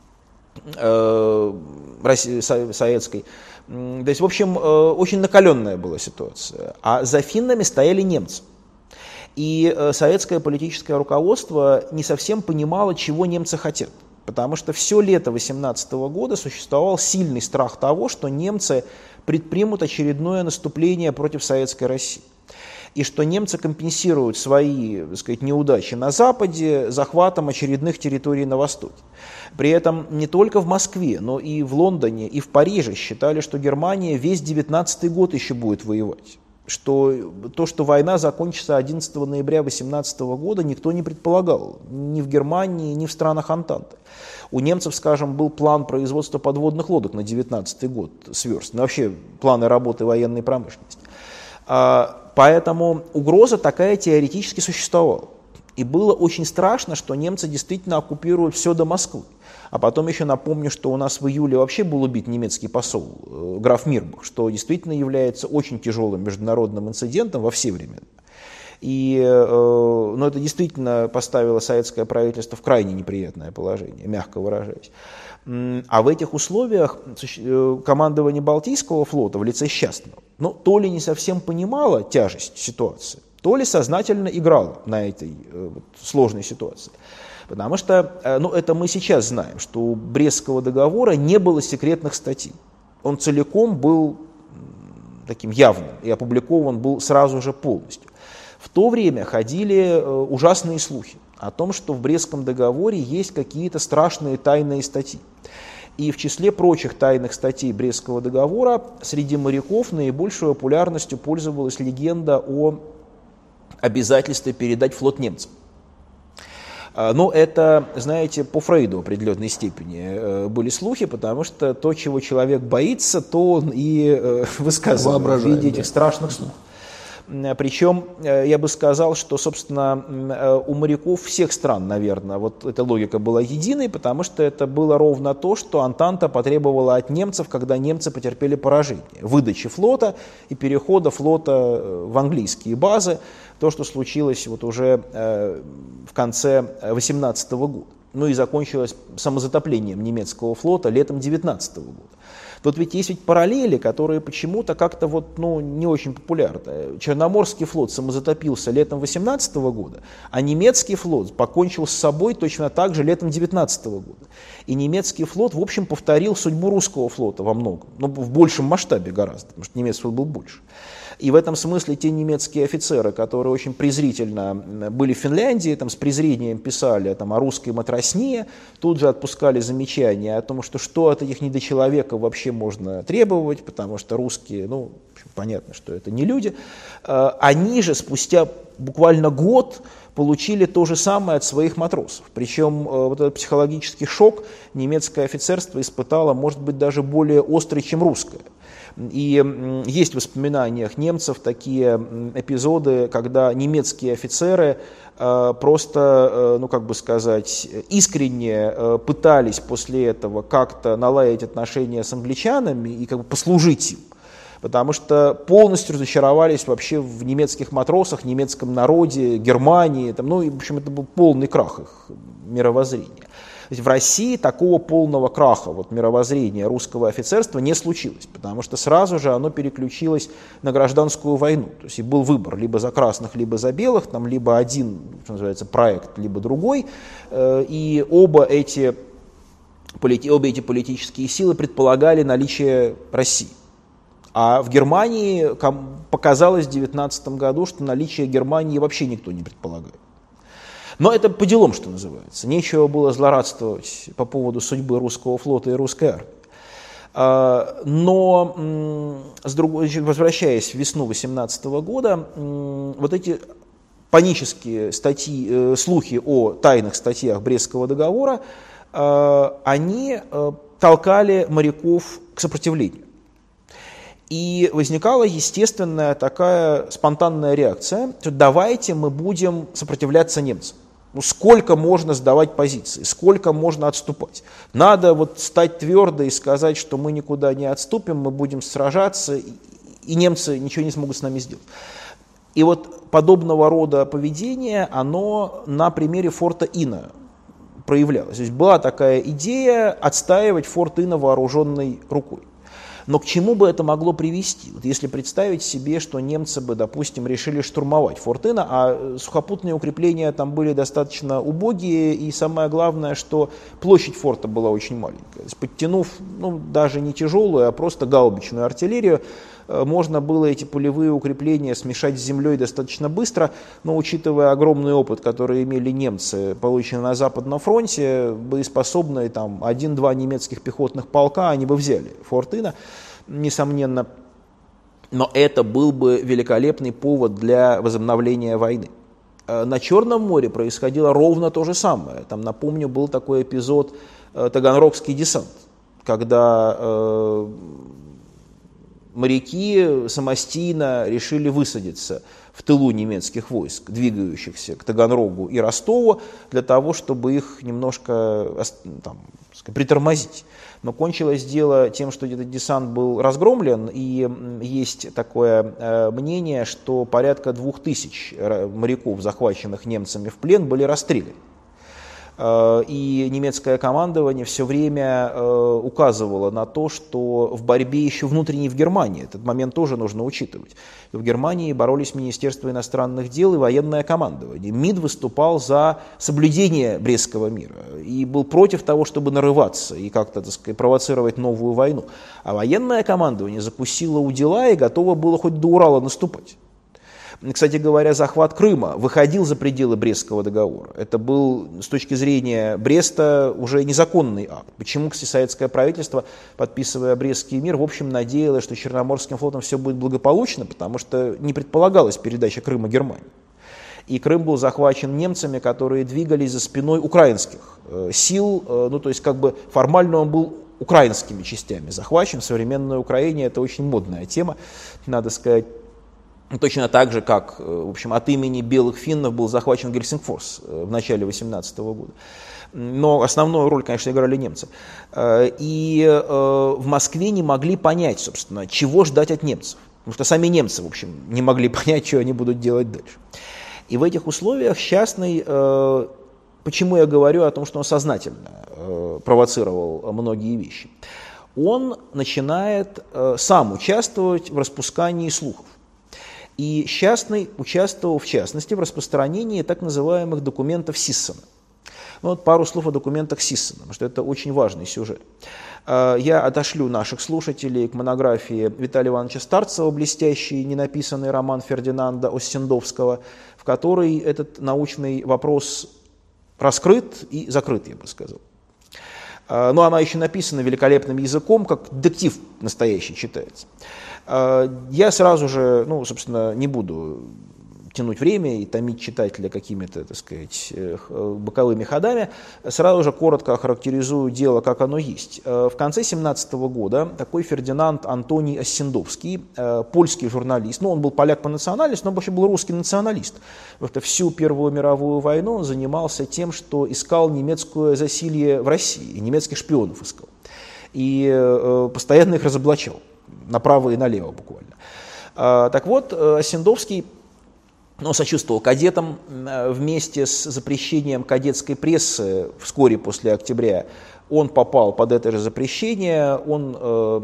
э, России, советской. То есть, в общем, э, очень накаленная была ситуация. А за финнами стояли немцы. И э, советское политическое руководство не совсем понимало, чего немцы хотят. Потому что все лето тысяча девятьсот восемнадцатого года существовал сильный страх того, что немцы предпримут очередное наступление против Советской России. И что немцы компенсируют свои, так сказать, неудачи на Западе захватом очередных территорий на Востоке. При этом не только в Москве, но и в Лондоне, и в Париже считали, что Германия весь девятнадцатый год еще будет воевать. Что то, что война закончится одиннадцатого ноября тысяча девятьсот восемнадцатого года, никто не предполагал. Ни в Германии, ни в странах Антанты. У немцев, скажем, был план производства подводных лодок на девятнадцатый год сверстан. Вообще планы работы военной промышленности. Поэтому угроза такая теоретически существовала. И было очень страшно, что немцы действительно оккупируют все до Москвы. А потом еще напомню, что у нас в июле вообще был убит немецкий посол, э, граф Мирбах, что действительно является очень тяжелым международным инцидентом во все времена. И э, ну, это действительно поставило советское правительство в крайне неприятное положение, мягко выражаясь. А в этих условиях командование Балтийского флота в лице Счастного, ну, то ли не совсем понимало тяжесть ситуации, то ли сознательно играло на этой э, вот, сложной ситуации. Потому что, э, ну, это мы сейчас знаем, что у Брестского договора не было секретных статей. Он целиком был таким явным и опубликован был сразу же полностью. В то время ходили э, ужасные слухи о том, что в Брестском договоре есть какие-то страшные тайные статьи. И в числе прочих тайных статей Брестского договора среди моряков наибольшей популярностью пользовалась легенда о обязательстве передать флот немцам. Но это, знаете, по Фрейду в определенной степени были слухи, потому что то, чего человек боится, то он и высказывает в виде этих страшных слухов. Причем я бы сказал, что, собственно, у моряков всех стран, наверное, вот эта логика была единой, потому что это было ровно то, что Антанта потребовала от немцев, когда немцы потерпели поражение. Выдачи флота и перехода флота в английские базы, то, что случилось вот уже в конце восемнадцатого года. Ну и закончилось самозатоплением немецкого флота летом девятнадцатого года. Тут ведь есть ведь параллели, которые почему-то как-то вот, ну, не очень популярны. Черноморский флот самозатопился летом восемнадцатого года, а немецкий флот покончил с собой точно так же летом девятнадцатого года. И немецкий флот, в общем, повторил судьбу русского флота во многом, но в большем масштабе гораздо, потому что немецкий флот был больше. И в этом смысле те немецкие офицеры, которые очень презрительно были в Финляндии, там, с презрением писали там, о русской матросне, тут же отпускали замечания о том, что что от этих недочеловеков вообще можно требовать, потому что русские, ну, в общем, понятно, что это не люди. Они же спустя буквально год получили то же самое от своих матросов. Причем вот этот психологический шок немецкое офицерство испытало, может быть, даже более острый, чем русское. И есть в воспоминаниях немцев такие эпизоды, когда немецкие офицеры просто, ну как бы сказать, искренне пытались после этого как-то наладить отношения с англичанами и как бы послужить им. Потому что полностью разочаровались вообще в немецких матросах, немецком народе, Германии. Там, ну, и, в общем, это был полный крах их мировоззрения. То есть в России такого полного краха вот, мировоззрения русского офицерства не случилось, потому что сразу же оно переключилось на гражданскую войну. То есть и был выбор либо за красных, либо за белых, там, либо один, что называется, проект, либо другой. И оба эти, обе эти политические силы предполагали наличие России. А в Германии показалось в две тысячи девятнадцатом году, что наличие Германии вообще никто не предполагает. Но это по делам, что называется. Нечего было злорадствовать по поводу судьбы русского флота и русской армии. Но, с другой, возвращаясь в весну две тысячи восемнадцатого года, вот эти панические статьи, слухи о тайных статьях Брестского договора, они толкали моряков к сопротивлению. И возникала естественная такая спонтанная реакция, что давайте мы будем сопротивляться немцам. Ну, сколько можно сдавать позиции, сколько можно отступать. Надо вот стать твердо и сказать, что мы никуда не отступим, мы будем сражаться, и, и немцы ничего не смогут с нами сделать. И вот подобного рода поведение, оно на примере форта Инна проявлялось. То есть была такая идея отстаивать форт Инна вооруженной рукой. Но к чему бы это могло привести? Вот если представить себе, что немцы бы, допустим, решили штурмовать форт Инна, а сухопутные укрепления там были достаточно убогие, и самое главное, что площадь форта была очень маленькая. То есть, подтянув, ну, даже не тяжелую, а просто гаубичную артиллерию, можно было эти полевые укрепления смешать с землей достаточно быстро, но учитывая огромный опыт, который имели немцы, полученный на Западном фронте, боеспособные там один-два немецких пехотных полка, они бы взяли форт Инна, несомненно. Но это был бы великолепный повод для возобновления войны. На Черном море происходило ровно то же самое. Там, напомню, был такой эпизод Таганрогский десант, когда э, моряки самостийно решили высадиться в тылу немецких войск, двигающихся к Таганрогу и Ростову, для того, чтобы их немножко там, притормозить. Но кончилось дело тем, что этот десант был разгромлен, и есть такое э, мнение, что порядка двух тысяч моряков, захваченных немцами в плен, были расстреляны. И немецкое командование все время э, указывало на то, что в борьбе еще внутренней в Германии, этот момент тоже нужно учитывать, в Германии боролись Министерство иностранных дел и военное командование. МИД выступал за соблюдение Брестского мира и был против того, чтобы нарываться и как-то, так сказать, провоцировать новую войну. А военное командование закусило у дела и готово было хоть до Урала наступать. Кстати говоря, захват Крыма выходил за пределы Брестского договора. Это был, с точки зрения Бреста, уже незаконный акт. Почему, кстати, советское правительство, подписывая Брестский мир, в общем, надеялось, что Черноморским флотом все будет благополучно, потому что не предполагалась передача Крыма Германии. И Крым был захвачен немцами, которые двигались за спиной украинских э, сил, э, ну то есть как бы формально он был украинскими частями захвачен. В современной Украине это очень модная тема, надо сказать. Точно так же, как, в общем, от имени белых финнов был захвачен Гельсингфорс в начале восемнадцатого года. Но основную роль, конечно, играли немцы. И в Москве не могли понять, собственно, чего ждать от немцев. Потому что сами немцы, в общем, не могли понять, что они будут делать дальше. И в этих условиях Счастный, почему я говорю о том, что он сознательно провоцировал многие вещи. он начинает э, сам участвовать в распускании слухов. И Счастный участвовал, в частности, в распространении так называемых документов Сиссона. Ну, вот пару слов о документах Сиссона, потому что это очень важный сюжет. Я отошлю наших слушателей к монографии Виталия Ивановича Старцева, блестящий ненаписанный роман Фердинанда Оссендовского, в которой этот научный вопрос раскрыт и закрыт, я бы сказал. Но она еще написана великолепным языком, как детектив настоящий читается. Я сразу же, ну, собственно, не буду тянуть время и томить читателя какими-то, так сказать, боковыми ходами, сразу же коротко охарактеризую дело, как оно есть. В конце семнадцатого года такой Фердинанд Антоний Оссендовский, польский журналист, ну, он был поляк по национальности, но он вообще был русский националист. Потому что всю Первую мировую войну он занимался тем, что искал немецкое засилье в России, и немецких шпионов искал. И постоянно их разоблачал, направо и налево буквально. Так вот, Оссендовский, но сочувствовал кадетам. Вместе с запрещением кадетской прессы вскоре после октября он попал под это же запрещение, он э,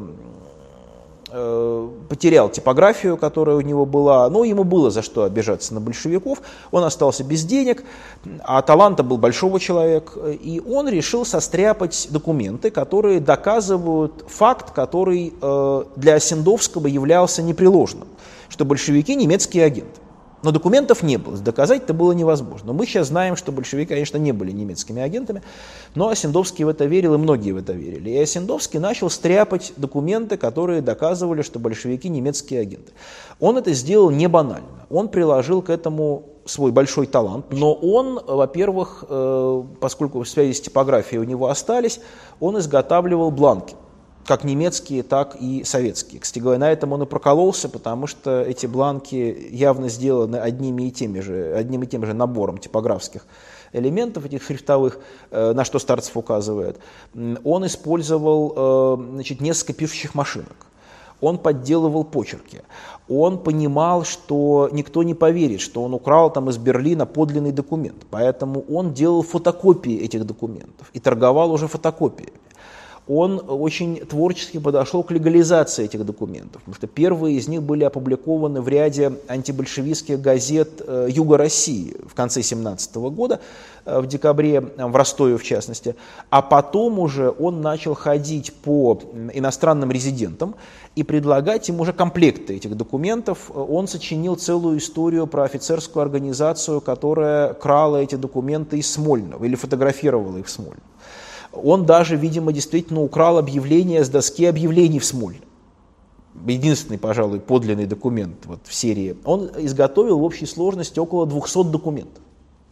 э, потерял типографию, которая у него была, но ему было за что обижаться на большевиков, он остался без денег, а таланта был большого человека, и он решил состряпать документы, которые доказывают факт, который э, для Оссендовского являлся непреложным, что большевики немецкие агенты. Но документов не было, доказать это было невозможно. Мы сейчас знаем, что большевики, конечно, не были немецкими агентами, но Оссендовский в это верил, и многие в это верили. И Оссендовский начал стряпать документы, которые доказывали, что большевики немецкие агенты. Он это сделал не банально. Он приложил к этому свой большой талант, но он, во-первых, поскольку связи с типографией у него остались, он изготавливал бланки. Как немецкие, так и советские. Кстати говоря, на этом он и прокололся, потому что эти бланки явно сделаны одними и теми же, одним и тем же набором типографских элементов, этих шрифтовых, на что Старцев указывает. Он использовал, значит, несколько пишущих машинок. Он подделывал почерки. Он понимал, что никто не поверит, что он украл там из Берлина подлинный документ. Поэтому он делал фотокопии этих документов и торговал уже фотокопиями. Он очень творчески подошел к легализации этих документов, потому что первые из них были опубликованы в ряде антибольшевистских газет Юга России в конце семнадцатого года, в декабре, в Ростове в частности, а потом уже он начал ходить по иностранным резидентам и предлагать им уже комплекты этих документов. Он сочинил целую историю про офицерскую организацию, которая крала эти документы из Смольного или фотографировала их в Смольном. Он даже, видимо, действительно украл объявление с доски объявлений в Смольном. Единственный, пожалуй, подлинный документ вот в серии. Он изготовил в общей сложности около двухсот документов.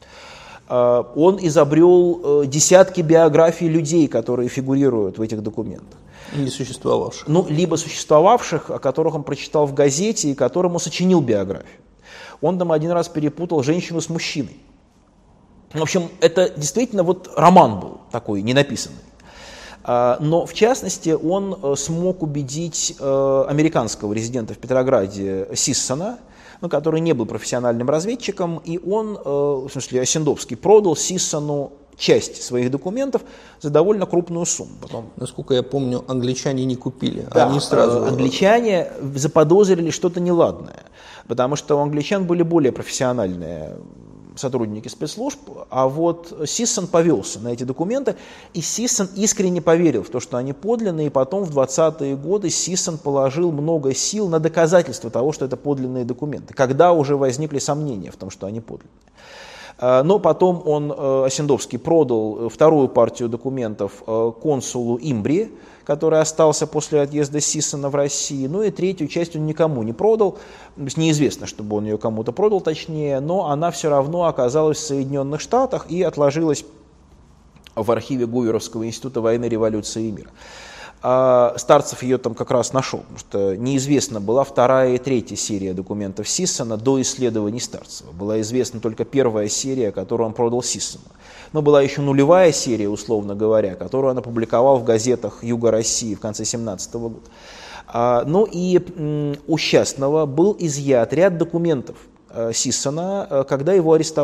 Он изобрел десятки биографий людей, которые фигурируют в этих документах. Не существовавших. Ну, либо существовавших, о которых он прочитал в газете и которому сочинил биографию. Он там один раз перепутал женщину с мужчиной. В общем, это действительно вот роман был такой, ненаписанный. Но, в частности, он смог убедить американского резидента в Петрограде Сиссона, ну, который не был профессиональным разведчиком, и он, в смысле, Оссендовский, продал Сиссону часть своих документов за довольно крупную сумму. Потом... Насколько я помню, англичане не купили, да, они сразу... англичане заподозрили что-то неладное, потому что у англичан были более профессиональные сотрудники спецслужб, а вот Сиссон повелся на эти документы, и Сиссон искренне поверил в то, что они подлинные, и потом в двадцатые годы Сиссон положил много сил на доказательство того, что это подлинные документы, когда уже возникли сомнения в том, что они подлинные. Но потом он, Оссендовский, продал вторую партию документов консулу Имбри, который остался после отъезда Сиссона в России, ну и третью часть он никому не продал, то есть неизвестно, чтобы он ее кому-то продал точнее, но она все равно оказалась в Соединенных Штатах и отложилась в архиве Гуверовского института войны, революции и мира. А Старцев ее там как раз нашел, потому что неизвестна была вторая и третья серия документов Сиссона до исследований Старцева. Была известна только первая серия, которую он продал Сиссону. Но была еще нулевая серия, условно говоря, которую он опубликовал в газетах Юга России в конце семнадцатого года. А, ну и м, у Счастного был изъят ряд документов а, Сиссона, а, когда его арестовали.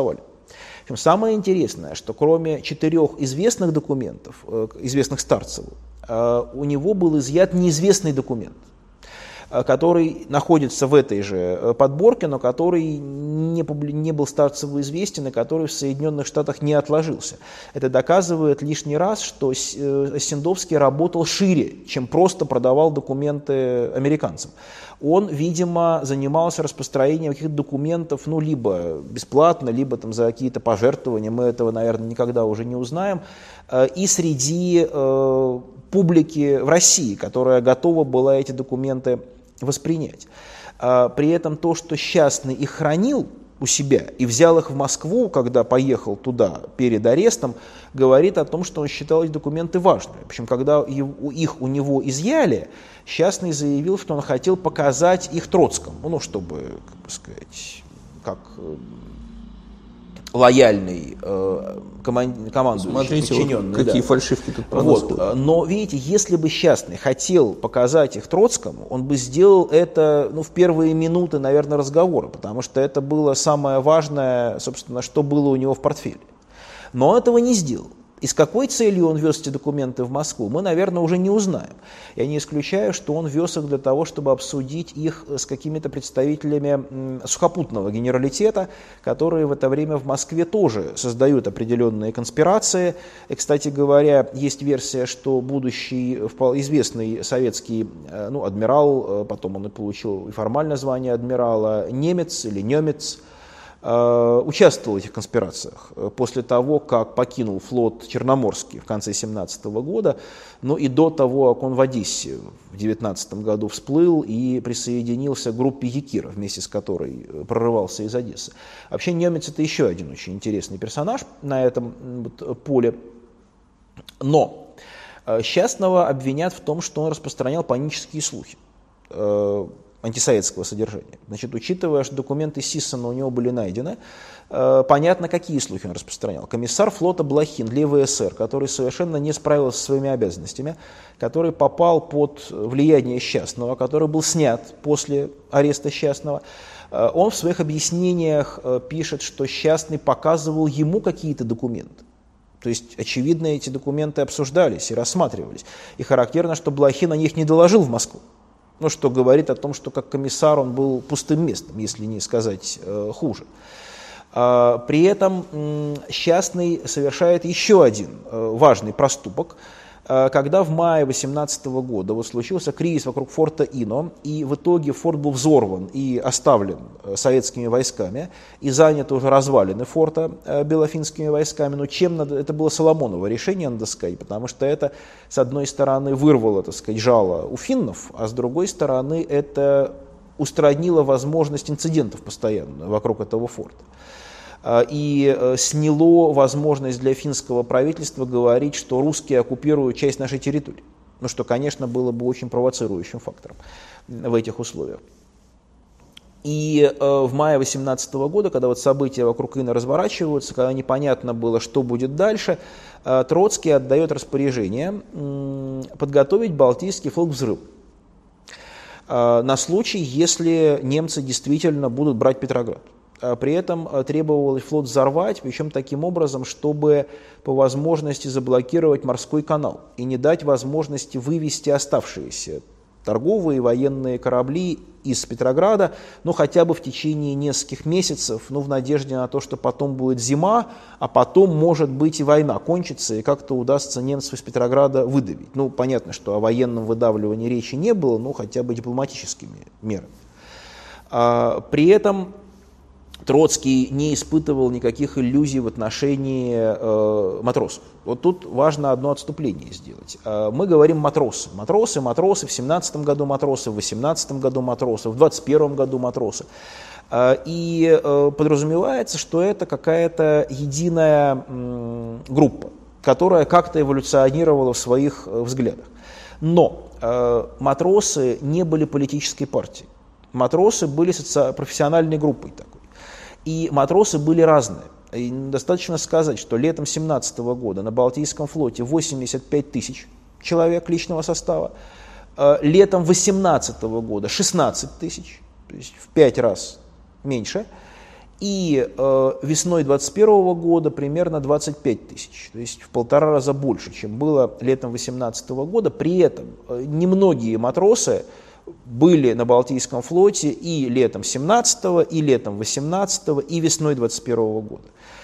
В общем, самое интересное, что кроме четырех известных документов, известных Старцеву, у него был изъят неизвестный документ, который находится в этой же подборке, но который не, публи... не был Старцеву известен и который в Соединенных Штатах не отложился. Это доказывает лишний раз, что Осендовский работал шире, чем просто продавал документы американцам. Он, видимо, занимался распространением каких-то документов, ну, либо бесплатно, либо там за какие-то пожертвования, мы этого, наверное, никогда уже не узнаем, и среди э, публики в России, которая готова была эти документы воспринять. При этом то, что Счастный их хранил у себя и взял их в Москву, когда поехал туда перед арестом, говорит о том, что он считал эти документы важными. В общем, когда их у него изъяли, Счастный заявил, что он хотел показать их Троцкому, ну, чтобы, как бы сказать, как лояльный э, команд, командующий, Смотрите, подчиненный. Вот какие да. фальшивки тут про вот. нас. Но, видите, если бы Счастный хотел показать их Троцкому, он бы сделал это, ну, в первые минуты, наверное, разговора, потому что это было самое важное, собственно, что было у него в портфеле. Но он этого не сделал. И с какой целью он вез эти документы в Москву, мы, наверное, уже не узнаем. Я не исключаю, что он вез их для того, чтобы обсудить их с какими-то представителями сухопутного генералитета, которые в это время в Москве тоже создают определенные конспирации. И, кстати говоря, есть версия, что будущий известный советский, ну, адмирал, потом он и получил и формальное звание адмирала, немец или немец, участвовал в этих конспирациях после того, как покинул флот Черноморский в конце семнадцатого года, но и до того, как он в Одессе в девятнадцатом году всплыл и присоединился к группе Якира, вместе с которой прорывался из Одессы. Вообще немец — это еще один очень интересный персонаж на этом вот поле. Но Счастного обвинят в том, что он распространял панические слухи антисоветского содержания. Значит, учитывая, что документы Сиссона у него были найдены, э, понятно, какие слухи он распространял. Комиссар флота Блохин для ВСР, который совершенно не справился со своими обязанностями, который попал под влияние Счастного, который был снят после ареста Счастного, э, он в своих объяснениях э, пишет, что Счастный показывал ему какие-то документы. То есть, очевидно, эти документы обсуждались и рассматривались. И характерно, что Блохин о них не доложил в Москву. Ну, что говорит о том, что как комиссар он был пустым местом, если не сказать э, хуже. А, при этом м, Счастный совершает еще один э, важный проступок, э, когда в мае восемнадцатого года вот случился кризис вокруг форта Ино, и в итоге форт был взорван и оставлен э, советскими войсками, и заняты уже развалины форта э, белофинскими войсками. Но чем надо, это было Соломоново решение, надо сказать, потому что это, с одной стороны, вырвало, так сказать, жало у финнов, а с другой стороны, это устранило возможность инцидентов постоянно вокруг этого форта. И сняло возможность для финского правительства говорить, что русские оккупируют часть нашей территории. Ну, что, конечно, было бы очень провоцирующим фактором в этих условиях. И э, в мае восемнадцатого года, когда вот события вокруг Ина разворачиваются, когда непонятно было, что будет дальше, э, Троцкий отдает распоряжение э, подготовить Балтийский флот к взрыву. Э, на случай, если немцы действительно будут брать Петроград. Э, при этом э, требовалось флот взорвать, причем таким образом, чтобы по возможности заблокировать морской канал и не дать возможности вывести оставшиеся торговые и военные корабли из Петрограда, ну, хотя бы в течение нескольких месяцев, ну, в надежде на то, что потом будет зима, а потом, может быть, и война кончится, и как-то удастся немцев из Петрограда выдавить. Ну, понятно, что о военном выдавливании речи не было, но хотя бы дипломатическими мерами. А, при этом Троцкий не испытывал никаких иллюзий в отношении э, матросов. Вот тут важно одно отступление сделать. Э, мы говорим матросы. Матросы, матросы, в семнадцатом году матросы, в восемнадцатом году матросы, в двадцать первом году матросы. Э, и э, подразумевается, что это какая-то единая э, группа, которая как-то эволюционировала в своих э, взглядах. Но э, матросы не были политической партией. Матросы были соци... профессиональной группой такой. И матросы были разные. И достаточно сказать, что летом семнадцатого года на Балтийском флоте восемьдесят пять тысяч человек личного состава, летом восемнадцатого года шестнадцать тысяч, то есть в пять раз меньше. И э, весной двадцать первого года примерно двадцать пять тысяч, то есть в полтора раза больше, чем было летом восемнадцатого года. При этом э, немногие матросы были на Балтийском флоте и летом семнадцатого, и летом восемнадцатого, и весной двадцать первого года.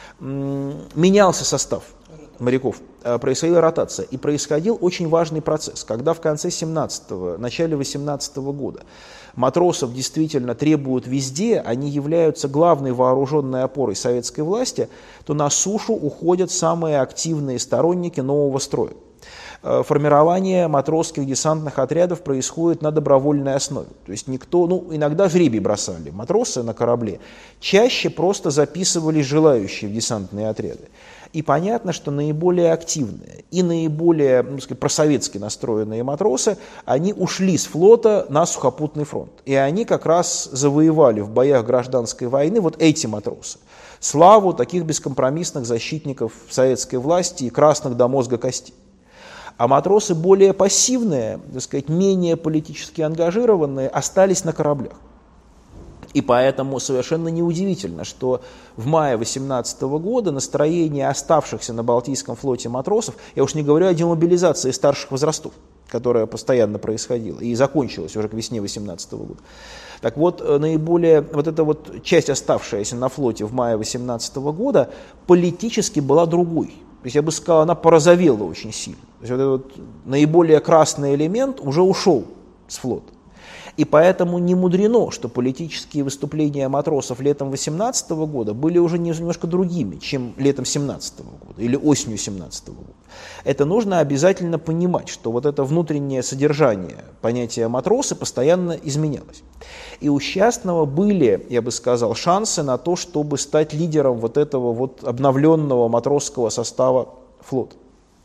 Менялся состав моряков, происходила ротация, и происходил очень важный процесс, когда в конце семнадцатого, начале восемнадцатого года матросов действительно требуют везде, они являются главной вооруженной опорой советской власти, то на сушу уходят самые активные сторонники нового строя. Формирование матросских десантных отрядов происходит на добровольной основе. То есть никто, ну, иногда жребий бросали матросы на корабле, чаще просто записывались желающие в десантные отряды. И понятно, что наиболее активные и наиболее, ну, сказать, просоветски настроенные матросы, они ушли с флота на сухопутный фронт. И они как раз завоевали в боях гражданской войны, вот эти матросы, славу таких бескомпромиссных защитников советской власти и красных до мозга костей. А матросы более пассивные, так сказать, менее политически ангажированные, остались на кораблях. И поэтому совершенно неудивительно, что в мае восемнадцатого года настроение оставшихся на Балтийском флоте матросов, я уж не говорю о демобилизации старших возрастов, которая постоянно происходила и закончилась уже к весне восемнадцатого года. Так вот, наиболее, вот эта вот часть, оставшаяся на флоте в мае восемнадцатого года, политически была другой. То есть я бы сказал, она порозовела очень сильно. То есть вот этот вот наиболее красный элемент уже ушел с флота. И поэтому не мудрено, что политические выступления матросов летом восемнадцатого года были уже немножко другими, чем летом семнадцатого года или осенью семнадцатого года. Это нужно обязательно понимать, что вот это внутреннее содержание понятия матросы постоянно изменялось. И у Счастного были, я бы сказал, шансы на то, чтобы стать лидером вот этого вот обновленного матросского состава флота.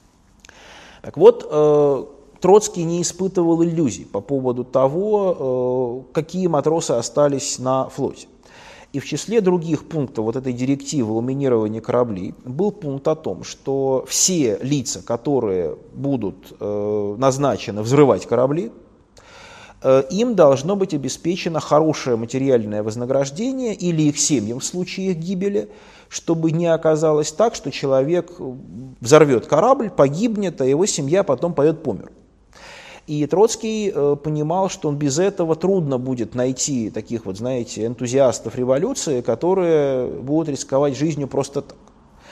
Так вот, э, Троцкий не испытывал иллюзий по поводу того, какие матросы остались на флоте. И в числе других пунктов вот этой директивы о минировании кораблей был пункт о том, что все лица, которые будут назначены взрывать корабли, им должно быть обеспечено хорошее материальное вознаграждение или их семьям в случае их гибели, чтобы не оказалось так, что человек взорвет корабль, погибнет, а его семья потом пойдет по миру. И Троцкий э, понимал, что он без этого трудно будет найти таких вот, знаете, энтузиастов революции, которые будут рисковать жизнью просто так.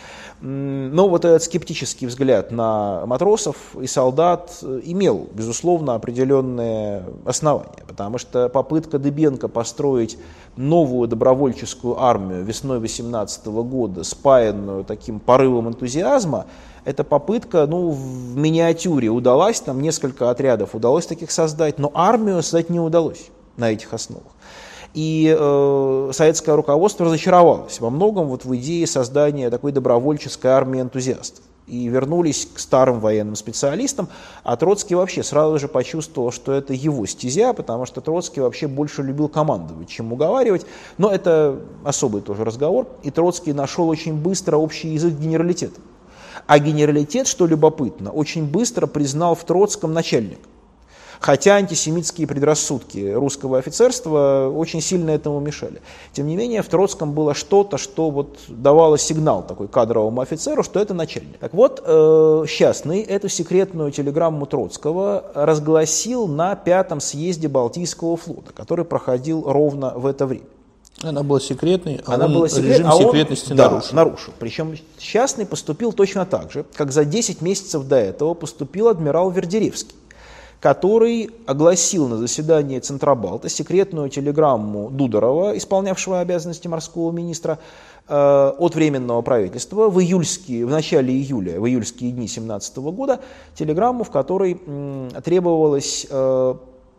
Но вот этот скептический взгляд на матросов и солдат имел, безусловно, определенные основания, потому что попытка Дыбенко построить новую добровольческую армию весной восемнадцатого года, спаянную таким порывом энтузиазма, эта попытка, ну, в миниатюре удалась, там несколько отрядов удалось таких создать, но армию создать не удалось на этих основах. И э, советское руководство разочаровалось во многом вот в идее создания такой добровольческой армии энтузиастов. И вернулись к старым военным специалистам, а Троцкий вообще сразу же почувствовал, что это его стезя, потому что Троцкий вообще больше любил командовать, чем уговаривать. Но это особый тоже разговор, и Троцкий нашел очень быстро общий язык генералитета. А генералитет, что любопытно, очень быстро признал в Троцком начальника. Хотя антисемитские предрассудки русского офицерства очень сильно этому мешали. Тем не менее, в Троцком было что-то, что вот давало сигнал такой кадровому офицеру, что это начальник. Так вот, э, Счастный эту секретную телеграмму Троцкого разгласил на пятом съезде Балтийского флота, который проходил ровно в это время. Она была секретной, а Она он была секрет, режим а он, секретности да, нарушил. нарушил. Причем Счастный поступил точно так же, как за десять месяцев до этого поступил адмирал Вердеревский, который огласил на заседании Центробалта секретную телеграмму Дударова, исполнявшего обязанности морского министра, э, от Временного правительства в, июльские, в начале июля, в июльские дни семнадцатого года, телеграмму, в которой м, требовалось э,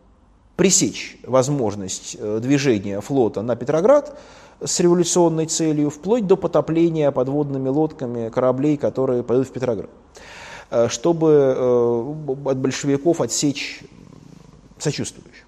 пресечь возможность э, движения флота на Петроград с революционной целью, вплоть до потопления подводными лодками кораблей, которые пойдут в Петроград, чтобы от большевиков отсечь сочувствующих.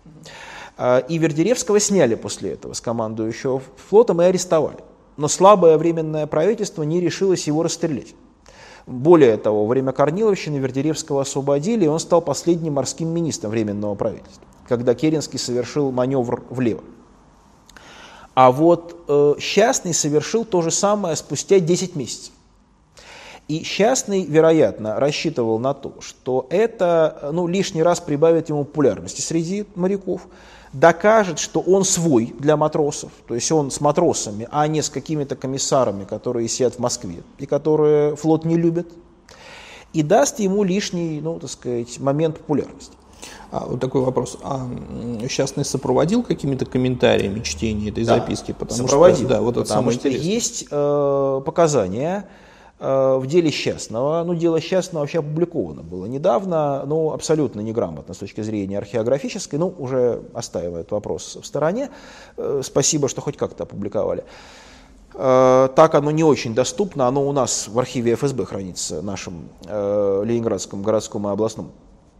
И Вердеревского сняли после этого с командующего флотом и арестовали. Но слабое Временное правительство не решилось его расстрелять. Более того, во время Корниловщины Вердеревского освободили, и он стал последним морским министром Временного правительства, когда Керенский совершил маневр влево. А вот э, Счастный совершил то же самое спустя десять месяцев. И Счастный, вероятно, рассчитывал на то, что это ну, лишний раз прибавит ему популярности среди моряков, докажет, что он свой для матросов, то есть он с матросами, а не с какими-то комиссарами, которые сидят в Москве и которые флот не любят, и даст ему лишний, ну, так сказать, момент популярности. А, вот такой вопрос. А Счастный сопроводил какими-то комментариями чтения этой Да, записки? Потому сопроводил, что, да, вот это потому самое что интересное. есть э, показания э, в деле Счастного. Ну, дело Счастного вообще опубликовано было недавно, но абсолютно неграмотно с точки зрения археографической. Ну, уже оставим этот вопрос в стороне. Э, спасибо, что хоть как-то опубликовали. Э, так оно не очень доступно. Оно у нас в архиве эф эс бэ хранится, нашем э, Ленинградском городском и областном.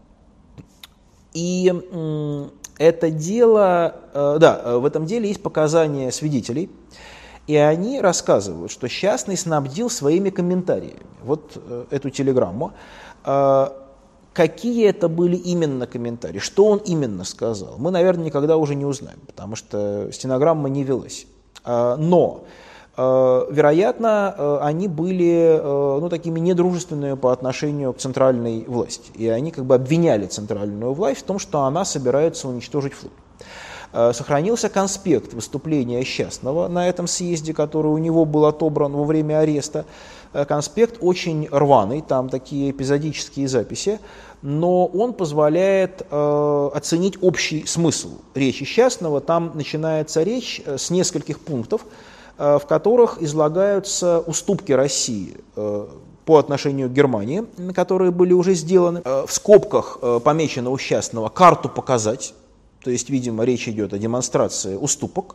И м, это дело, э, да, в этом деле есть показания свидетелей, и они рассказывают, что Счастный снабдил своими комментариями вот э, эту телеграмму. Э, какие это были именно комментарии, что он именно сказал, мы, наверное, никогда уже не узнаем, потому что стенограмма не велась. Э, но вероятно, они были ну, такими недружественными по отношению к центральной власти. И они как бы обвиняли центральную власть в том, что она собирается уничтожить флот. Сохранился конспект выступления Счастного на этом съезде, который у него был отобран во время ареста. Конспект очень рваный, там такие эпизодические записи, но он позволяет э, оценить общий смысл речи Счастного. Там начинается речь с нескольких пунктов, в которых излагаются уступки России по отношению к Германии, которые были уже сделаны. В скобках помечено у Счастного «карту показать», то есть, видимо, речь идет о демонстрации уступок.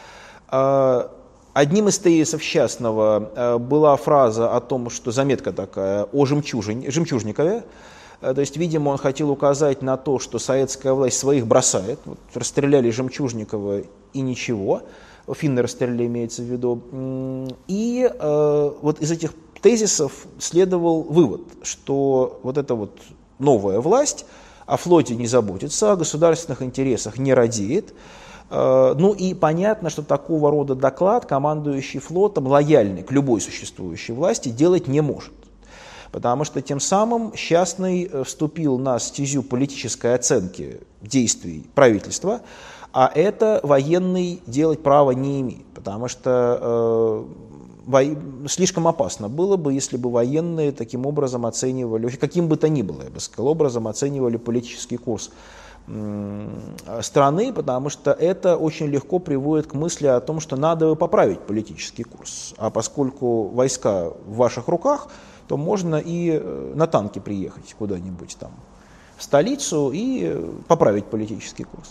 Одним из тезисов Счастного была фраза о том, что заметка такая о жемчужине, Жемчужникове. То есть, видимо, он хотел указать на то, что советская власть своих бросает. Вот, расстреляли Жемчужникова и ничего. Финны расстреляли, имеется в виду. И э, вот из этих тезисов следовал вывод, что вот эта вот новая власть о флоте не заботится, о государственных интересах не радеет. Э, ну и понятно, что такого рода доклад командующий флотом, лояльный к любой существующей власти, делать не может. Потому что тем самым Счастный вступил на стезю политической оценки действий правительства, а это военный делать права не имеет, потому что э, во, слишком опасно было бы, если бы военные таким образом оценивали, каким бы то ни было, я бы сказал, образом оценивали политический курс э, страны, потому что это очень легко приводит к мысли о том, что надо поправить политический курс. А поскольку войска в ваших руках, то можно и на танке приехать куда-нибудь там в столицу и поправить политический курс.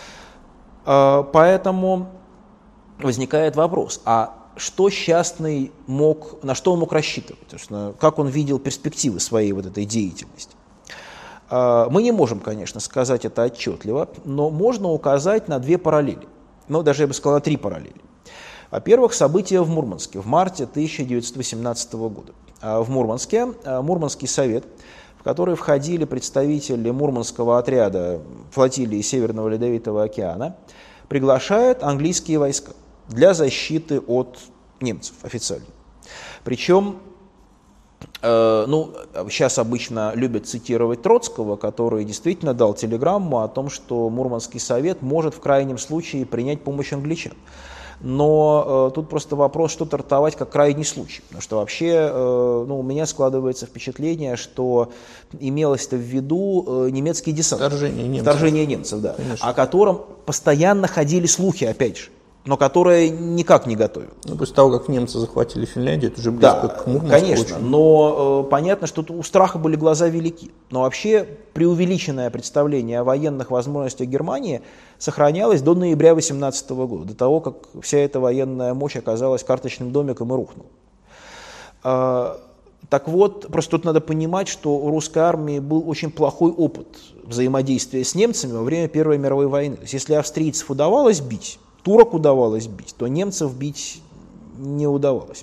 Поэтому возникает вопрос, а что Счастный мог, на что он мог рассчитывать, как он видел перспективы своей вот этой деятельности. Мы не можем, конечно, сказать это отчетливо, но можно указать на две параллели, ну даже я бы сказал, на три параллели. Во-первых, события в Мурманске в марте тысяча девятьсот восемнадцатого года. В Мурманске Мурманский совет, в который входили представители Мурманского отряда флотилии Северного Ледовитого океана, приглашает английские войска для защиты от немцев официально. Причем, э, ну, сейчас обычно любят цитировать Троцкого, который действительно дал телеграмму о том, что Мурманский совет может в крайнем случае принять помощь англичан. Но э, тут просто вопрос, что трактовать как крайний случай. Потому что вообще э, ну, у меня складывается впечатление, что имелось-то в виду э, немецкий десант. Вторжение немцев. Вторжение немцев, да. Конечно. О котором постоянно ходили слухи, опять же, но которое никак не готовил. Ну, после того, как немцы захватили Финляндию, это уже близко да, к Мурманску. Конечно, очень. но э, понятно, что у страха были глаза велики. Но вообще преувеличенное представление о военных возможностях Германии сохранялось до ноября тысяча девятьсот восемнадцатого года, до того, как вся эта военная мощь оказалась карточным домиком и рухнула. Э, так вот, просто тут надо понимать, что у русской армии был очень плохой опыт взаимодействия с немцами во время Первой мировой войны. То есть, если австрийцев удавалось бить, турок удавалось бить, то немцев бить не удавалось.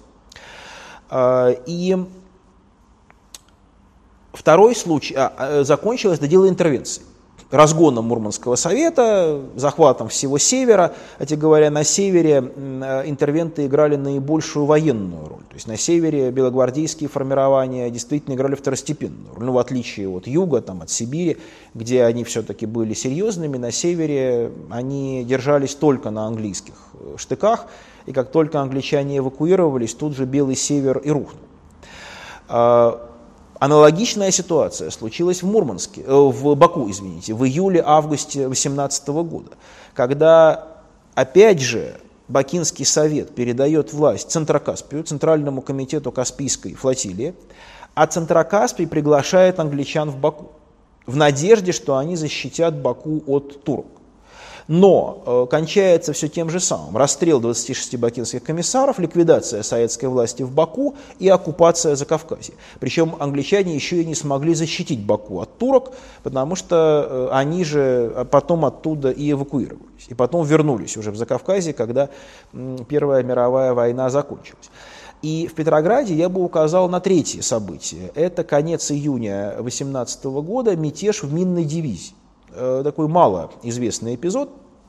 И второй случай, а, закончилось это дело интервенции. разгоном Мурманского совета, захватом всего севера. Кстати говоря, на севере интервенты играли наибольшую военную роль. То есть на севере белогвардейские формирования действительно играли второстепенную роль. Ну, в отличие от юга, там, от Сибири, где они все-таки были серьезными, на севере они держались только на английских штыках. И как только англичане эвакуировались, тут же Белый Север и рухнул. Аналогичная ситуация случилась в Мурманске, э, в Баку, извините, в июле-августе две тысячи восемнадцатого года, когда, опять же, Бакинский совет передает власть Центрокаспию, Центральному комитету Каспийской флотилии, а Центрокаспий приглашает англичан в Баку в надежде, что они защитят Баку от турок. Но э, кончается все тем же самым. Расстрел двадцати шести бакинских комиссаров, ликвидация советской власти в Баку и оккупация Закавказья. Причем англичане еще и не смогли защитить Баку от турок, потому что э, они же потом оттуда и эвакуировались. И потом вернулись уже в Закавказье, когда э, Первая мировая война закончилась. И в Петрограде я бы указал на третье событие. Это конец июня две тысячи восемнадцатого года, мятеж в минной дивизии. Такой малоизвестный эпизод.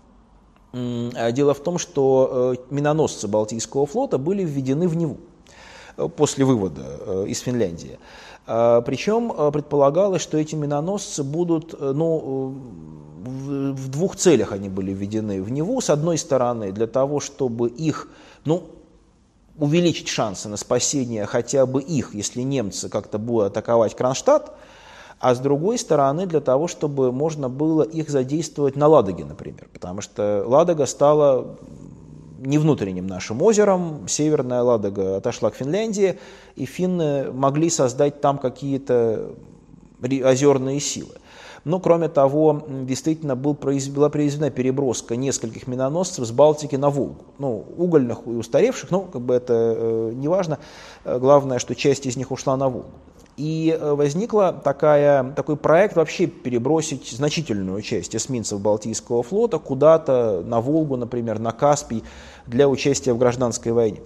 Дело в том, что миноносцы Балтийского флота были введены в Неву после вывода из Финляндии. Причем предполагалось, что эти миноносцы будут, ну, в двух целях они были введены в Неву. С одной стороны, для того, чтобы их, ну, увеличить шансы на спасение хотя бы их, если немцы как-то будут атаковать Кронштадт, а с другой стороны, для того, чтобы можно было их задействовать на Ладоге, например. Потому что Ладога стала не внутренним нашим озером, Северная Ладога отошла к Финляндии, и финны могли создать там какие-то озерные силы. Но, кроме того, действительно был, была произведена переброска нескольких миноносцев с Балтики на Волгу. Ну, угольных и устаревших, но как бы это э, не важно. Главное, что часть из них ушла на Волгу. И возникла такая, такой проект вообще перебросить значительную часть эсминцев Балтийского флота куда-то на Волгу, например, на Каспий для участия в гражданской войне.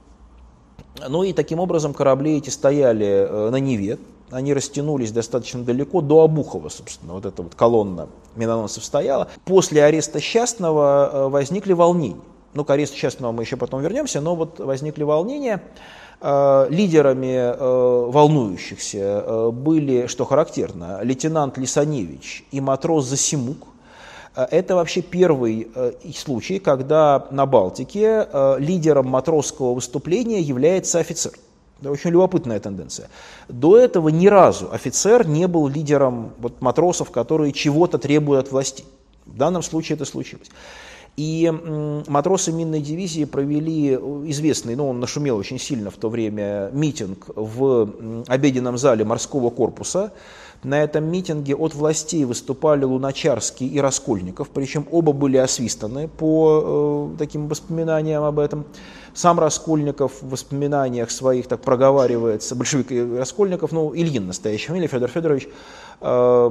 Ну и таким образом корабли эти стояли на Неве, они растянулись достаточно далеко, до Обухова, собственно, вот эта вот колонна миноносцев стояла. После ареста Счастного возникли волнения. Ну, к аресту Счастного мы еще потом вернемся, но вот возникли волнения. Лидерами волнующихся были, что характерно, лейтенант Лисаневич и матрос Засимук. Это вообще первый случай, когда на Балтике лидером матросского выступления является офицер. Это очень любопытная тенденция. До этого ни разу офицер не был лидером вот, матросов, которые чего-то требуют от властей. В данном случае это случилось. И м, матросы минной дивизии провели известный, ну он нашумел очень сильно в то время, митинг в м, обеденном зале морского корпуса. На этом митинге от властей выступали Луначарский и Раскольников, причем оба были освистаны по э, таким воспоминаниям об этом. Сам Раскольников в воспоминаниях своих так проговаривается, большевик Раскольников, ну Ильин настоящая фамилия, Федор Федорович. Э,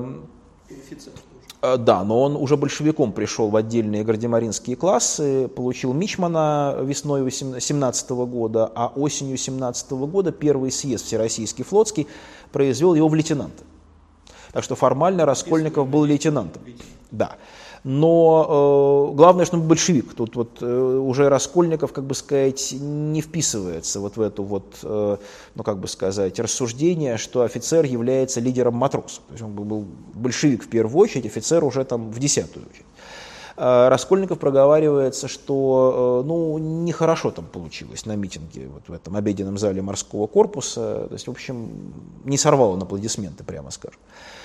Да, но он уже большевиком пришел в отдельные гардемаринские классы, получил мичмана весной семнадцатого года, а осенью семнадцатого года первый съезд Всероссийский флотский произвел его в лейтенанта. Так что формально Раскольников был лейтенантом. Да. Но э, главное, что он большевик. Тут вот э, уже Раскольников, как бы сказать, не вписывается вот в эту вот, э, ну как бы сказать, рассуждение, что офицер является лидером матросов. То есть он был большевик в первую очередь, офицер уже там в десятую очередь. Э, Раскольников проговаривается, что э, ну нехорошо там получилось на митинге вот в этом обеденном зале морского корпуса. То есть, в общем, не сорвало на аплодисменты, прямо скажем.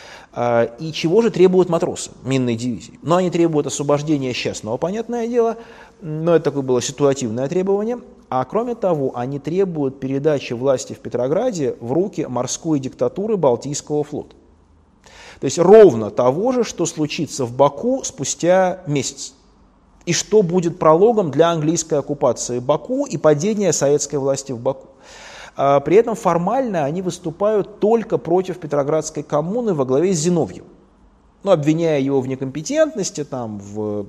И чего же требуют матросы минной дивизии? Ну, они требуют освобождения Счастного, понятное дело, но это такое было ситуативное требование. А кроме того, они требуют передачи власти в Петрограде в руки морской диктатуры Балтийского флота. То есть ровно того же, что случится в Баку спустя месяц. И что будет прологом для английской оккупации Баку и падения советской власти в Баку. При этом формально они выступают только против Петроградской коммуны во главе с Зиновьевым, ну, обвиняя его в некомпетентности, там, в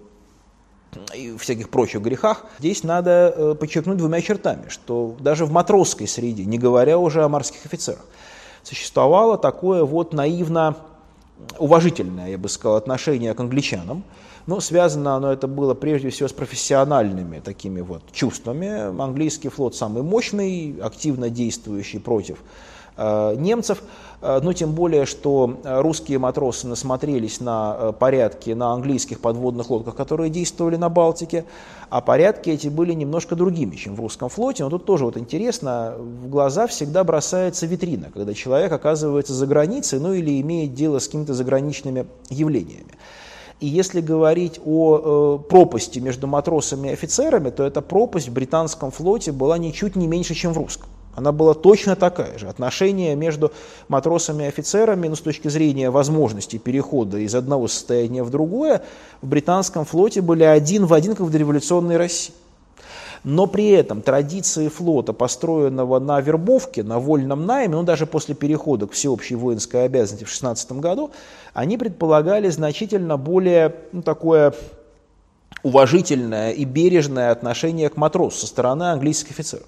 и всяких прочих грехах. Здесь надо подчеркнуть двумя чертами, что даже в матросской среде, не говоря уже о морских офицерах, существовало такое вот наивно уважительное, я бы сказал, отношение к англичанам. Но связано оно это было прежде всего с профессиональными такими вот чувствами. Английский флот самый мощный, активно действующий против э, немцев. Но тем более, что русские матросы насмотрелись на порядки на английских подводных лодках, которые действовали на Балтике, а порядки эти были немножко другими, чем в русском флоте. Но тут тоже вот интересно, в глаза всегда бросается витрина, когда человек оказывается за границей, ну или имеет дело с какими-то заграничными явлениями. И если говорить о э, пропасти между матросами и офицерами, то эта пропасть в британском флоте была ничуть не меньше, чем в русском. Она была точно такая же. Отношения между матросами и офицерами, ну, с точки зрения возможности перехода из одного состояния в другое, в британском флоте были один в один, как в дореволюционной России. Но при этом традиции флота, построенного на вербовке, на вольном найме, ну даже после перехода к всеобщей воинской обязанности в шестнадцатом году, они предполагали значительно более ну, такое уважительное и бережное отношение к матросу со стороны английских офицеров.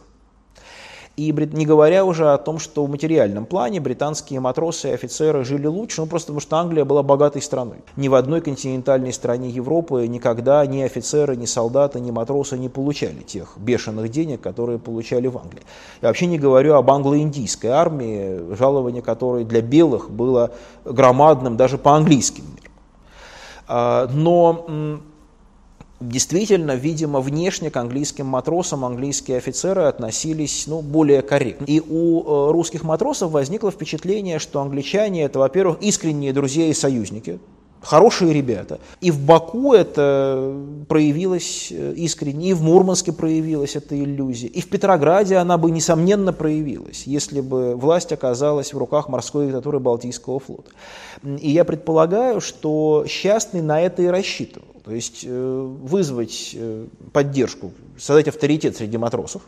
И не говоря уже о том, что в материальном плане британские матросы и офицеры жили лучше, ну просто потому что Англия была богатой страной. Ни в одной континентальной стране Европы никогда ни офицеры, ни солдаты, ни матросы не получали тех бешеных денег, которые получали в Англии. Я вообще не говорю об англо-индийской армии, жалование которой для белых было громадным даже по английским меркам. Но действительно, видимо, внешне к английским матросам английские офицеры относились ну, более корректно. И у э, русских матросов возникло впечатление, что англичане это, во-первых, искренние друзья и союзники, хорошие ребята. И в Баку это проявилось искренне, и в Мурманске проявилась эта иллюзия, и в Петрограде она бы, несомненно, проявилась, если бы власть оказалась в руках морской диктатуры Балтийского флота. И я предполагаю, что Счастный на это и рассчитывал. То есть вызвать поддержку, создать авторитет среди матросов,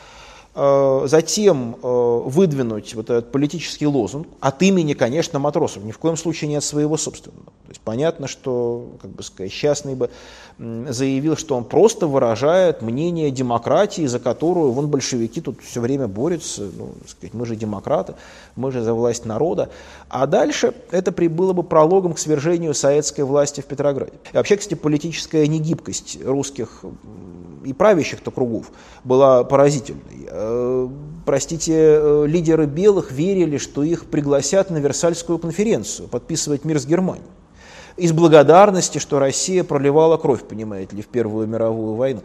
затем выдвинуть вот этот политический лозунг от имени, конечно, матросов, ни в коем случае не от своего собственного. То есть понятно, что, как бы сказать, Счастный бы заявил, что он просто выражает мнение демократии, за которую вон большевики тут все время борются, ну, сказать, мы же демократы, мы же за власть народа. А дальше это было бы прологом к свержению советской власти в Петрограде. И вообще, кстати, политическая негибкость русских и правящих-то кругов была поразительной. Простите, лидеры белых верили, что их пригласят на Версальскую конференцию подписывать мир с Германией. Из благодарности, что Россия проливала кровь, понимаете ли, в Первую мировую войну.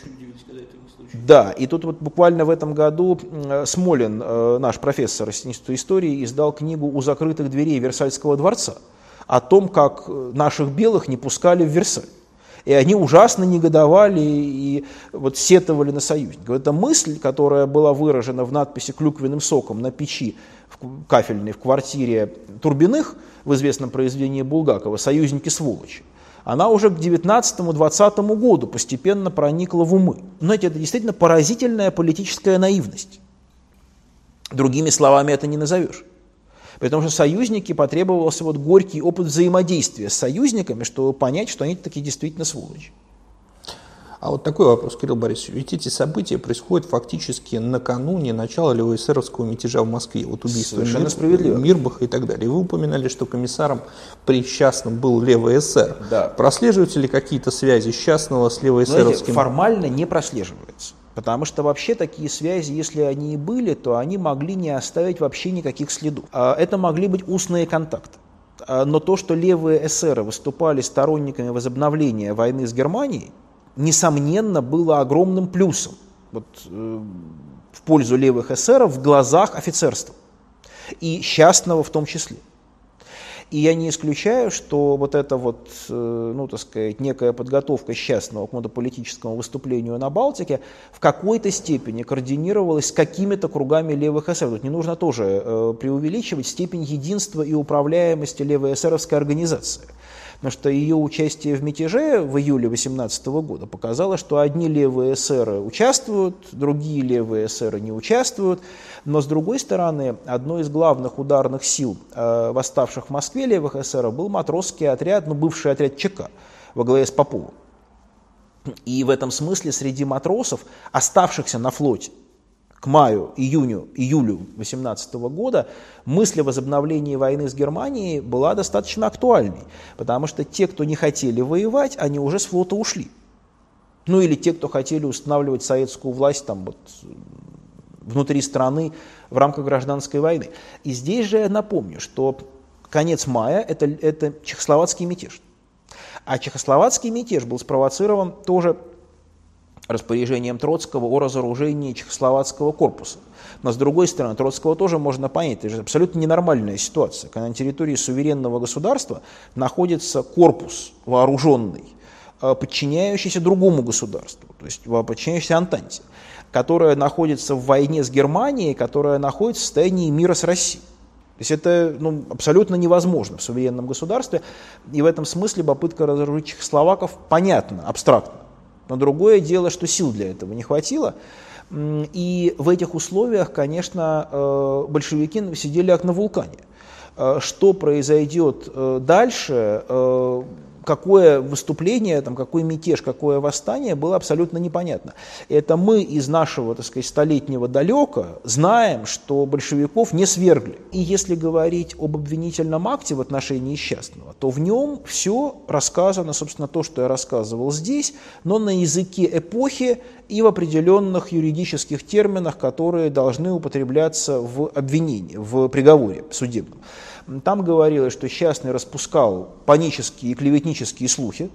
Да, и тут вот буквально в этом году Смолин, наш профессор Института истории, издал книгу «У закрытых дверей Версальского дворца» о том, как наших белых не пускали в Версаль. И они ужасно негодовали и вот сетовали на союзников. Эта мысль, которая была выражена в надписи клюквенным соком на печи в кафельной в квартире Турбиных в известном произведении Булгакова «Союзники сволочи», она уже к девятнадцатому-двадцатому году постепенно проникла в умы. Но это действительно поразительная политическая наивность. Другими словами это не назовешь. Потому что союзники, потребовался вот горький опыт взаимодействия с союзниками, чтобы понять, что они такие действительно сволочи. А вот такой вопрос, Кирилл Борисович. Ведь эти события происходят фактически накануне начала левоэсеровского мятежа в Москве. Вот убийство Мир, справедливо. Мирбаха и так далее. И вы упоминали, что комиссаром при Счастном был левый эсер. Да. Прослеживаются ли какие-то связи Счастного с левоэсеровским? Знаете, формально не прослеживается. Потому что вообще такие связи, если они и были, то они могли не оставить вообще никаких следов. Это могли быть устные контакты. Но то, что левые эсеры выступали сторонниками возобновления войны с Германией, несомненно, было огромным плюсом вот, в пользу левых эсеров в глазах офицерства. И Счастного в том числе. И я не исключаю, что вот эта вот, ну, так сказать, некая подготовка Счастного к какому-то политическому выступлению на Балтике в какой-то степени координировалась с какими-то кругами левых эсеров. Тут не нужно тоже э, преувеличивать степень единства и управляемости левоэсеровской организации. Потому что ее участие в мятеже в июле восемнадцатого года показало, что одни левые эсеры участвуют, другие левые эсеры не участвуют. Но, с другой стороны, одной из главных ударных сил, э, восставших в Москве левых эсеров, был матросский отряд, ну, бывший отряд ЧК во главе с Поповым. И в этом смысле среди матросов, оставшихся на флоте, к маю, июню, июлю две тысячи восемнадцатого года мысль о возобновлении войны с Германией была достаточно актуальной, потому что те, кто не хотели воевать, они уже с флота ушли. Ну или те, кто хотели устанавливать советскую власть там, вот, внутри страны в рамках гражданской войны. И здесь же я напомню, что конец мая это, – это чехословацкий мятеж. А чехословацкий мятеж был спровоцирован тоже распоряжением Троцкого о разоружении чехословацкого корпуса. Но с другой стороны, Троцкого тоже можно понять, это же абсолютно ненормальная ситуация, когда на территории суверенного государства находится корпус вооруженный, подчиняющийся другому государству, то есть подчиняющийся Антанте, которая находится в войне с Германией, которая находится в состоянии мира с Россией. То есть это ну, абсолютно невозможно в суверенном государстве, и в этом смысле попытка разоружить чехословаков понятна, абстрактна. Но другое дело, что сил для этого не хватило, и в этих условиях, конечно, большевики сидели как на вулкане. Что произойдет дальше, какое выступление, там, какой мятеж, какое восстание, было абсолютно непонятно. Это мы из нашего, так сказать, столетнего далека знаем, что большевиков не свергли. И если говорить об обвинительном акте в отношении Счастного, то в нем все рассказано, собственно, то, что я рассказывал здесь, но на языке эпохи и в определенных юридических терминах, которые должны употребляться в обвинении, в приговоре судебном. Там говорилось, что Счастный распускал панические и клеветнические слухи.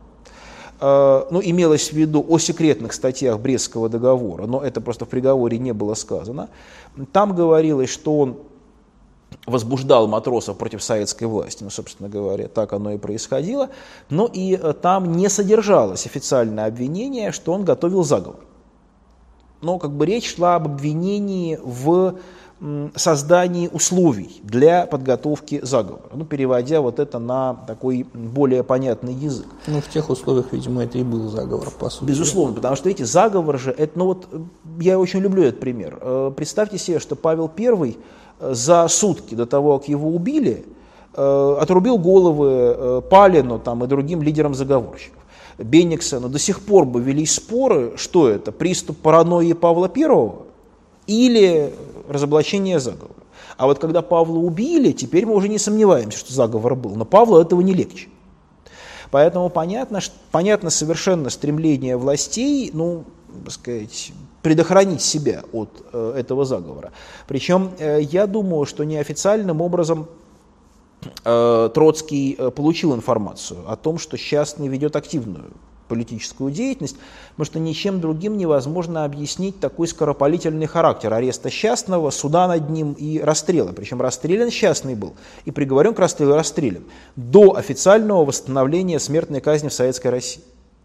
Ну, имелось в виду о секретных статьях Брестского договора, но это просто в приговоре не было сказано. Там говорилось, что он возбуждал матросов против советской власти, ну, собственно говоря, так оно и происходило. Но и там не содержалось официальное обвинение, что он готовил заговор. Но как бы речь шла об обвинении в создании условий для подготовки заговора, ну, переводя вот это на такой более понятный язык. Ну, в тех условиях, видимо, это и был заговор, по сути. Безусловно, потому что, видите, заговор же, это, ну вот, я очень люблю этот пример. Представьте себе, что Павел Первый за сутки до того, как его убили, отрубил головы Палину там, и другим лидерам заговорщиков. Бенниксену до сих пор бы велись споры, что это, приступ паранойи Павла Первого или разоблачение заговора. А вот когда Павла убили, теперь мы уже не сомневаемся, что заговор был. Но Павлу этого не легче. Поэтому понятно, понятно совершенно стремление властей, ну, так сказать, предохранить себя от э, этого заговора. Причем э, я думаю, что неофициальным образом э, Троцкий э, получил информацию о том, что Счастный ведет активную политическую деятельность, потому что ничем другим невозможно объяснить такой скоропалительный характер ареста Счастного, суда над ним и расстрела. Причем расстрелян Счастный был и приговорен к расстрелу и расстрелян до официального восстановления смертной казни в Советской России.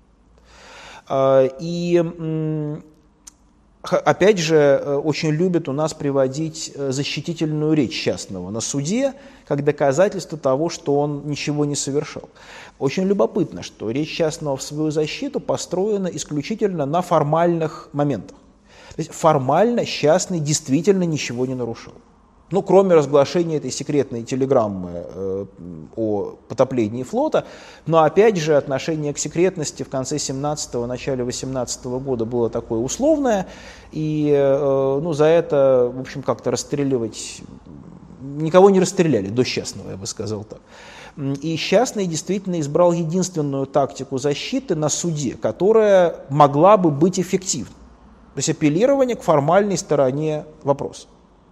И опять же, очень любят у нас приводить защитительную речь Счастного на суде, как доказательство того, что он ничего не совершал. Очень любопытно, что речь Счастного в свою защиту построена исключительно на формальных моментах. То есть формально Счастный действительно ничего не нарушил. Ну, кроме разглашения этой секретной телеграммы э, о потоплении флота, но опять же отношение к секретности в конце семнадцатого, начале восемнадцатого года было такое условное, и э, ну, за это, в общем, как-то расстреливать, никого не расстреляли до Счастного, я бы сказал так. И Счастный действительно избрал единственную тактику защиты на суде, которая могла бы быть эффективной, то есть апеллирование к формальной стороне вопроса.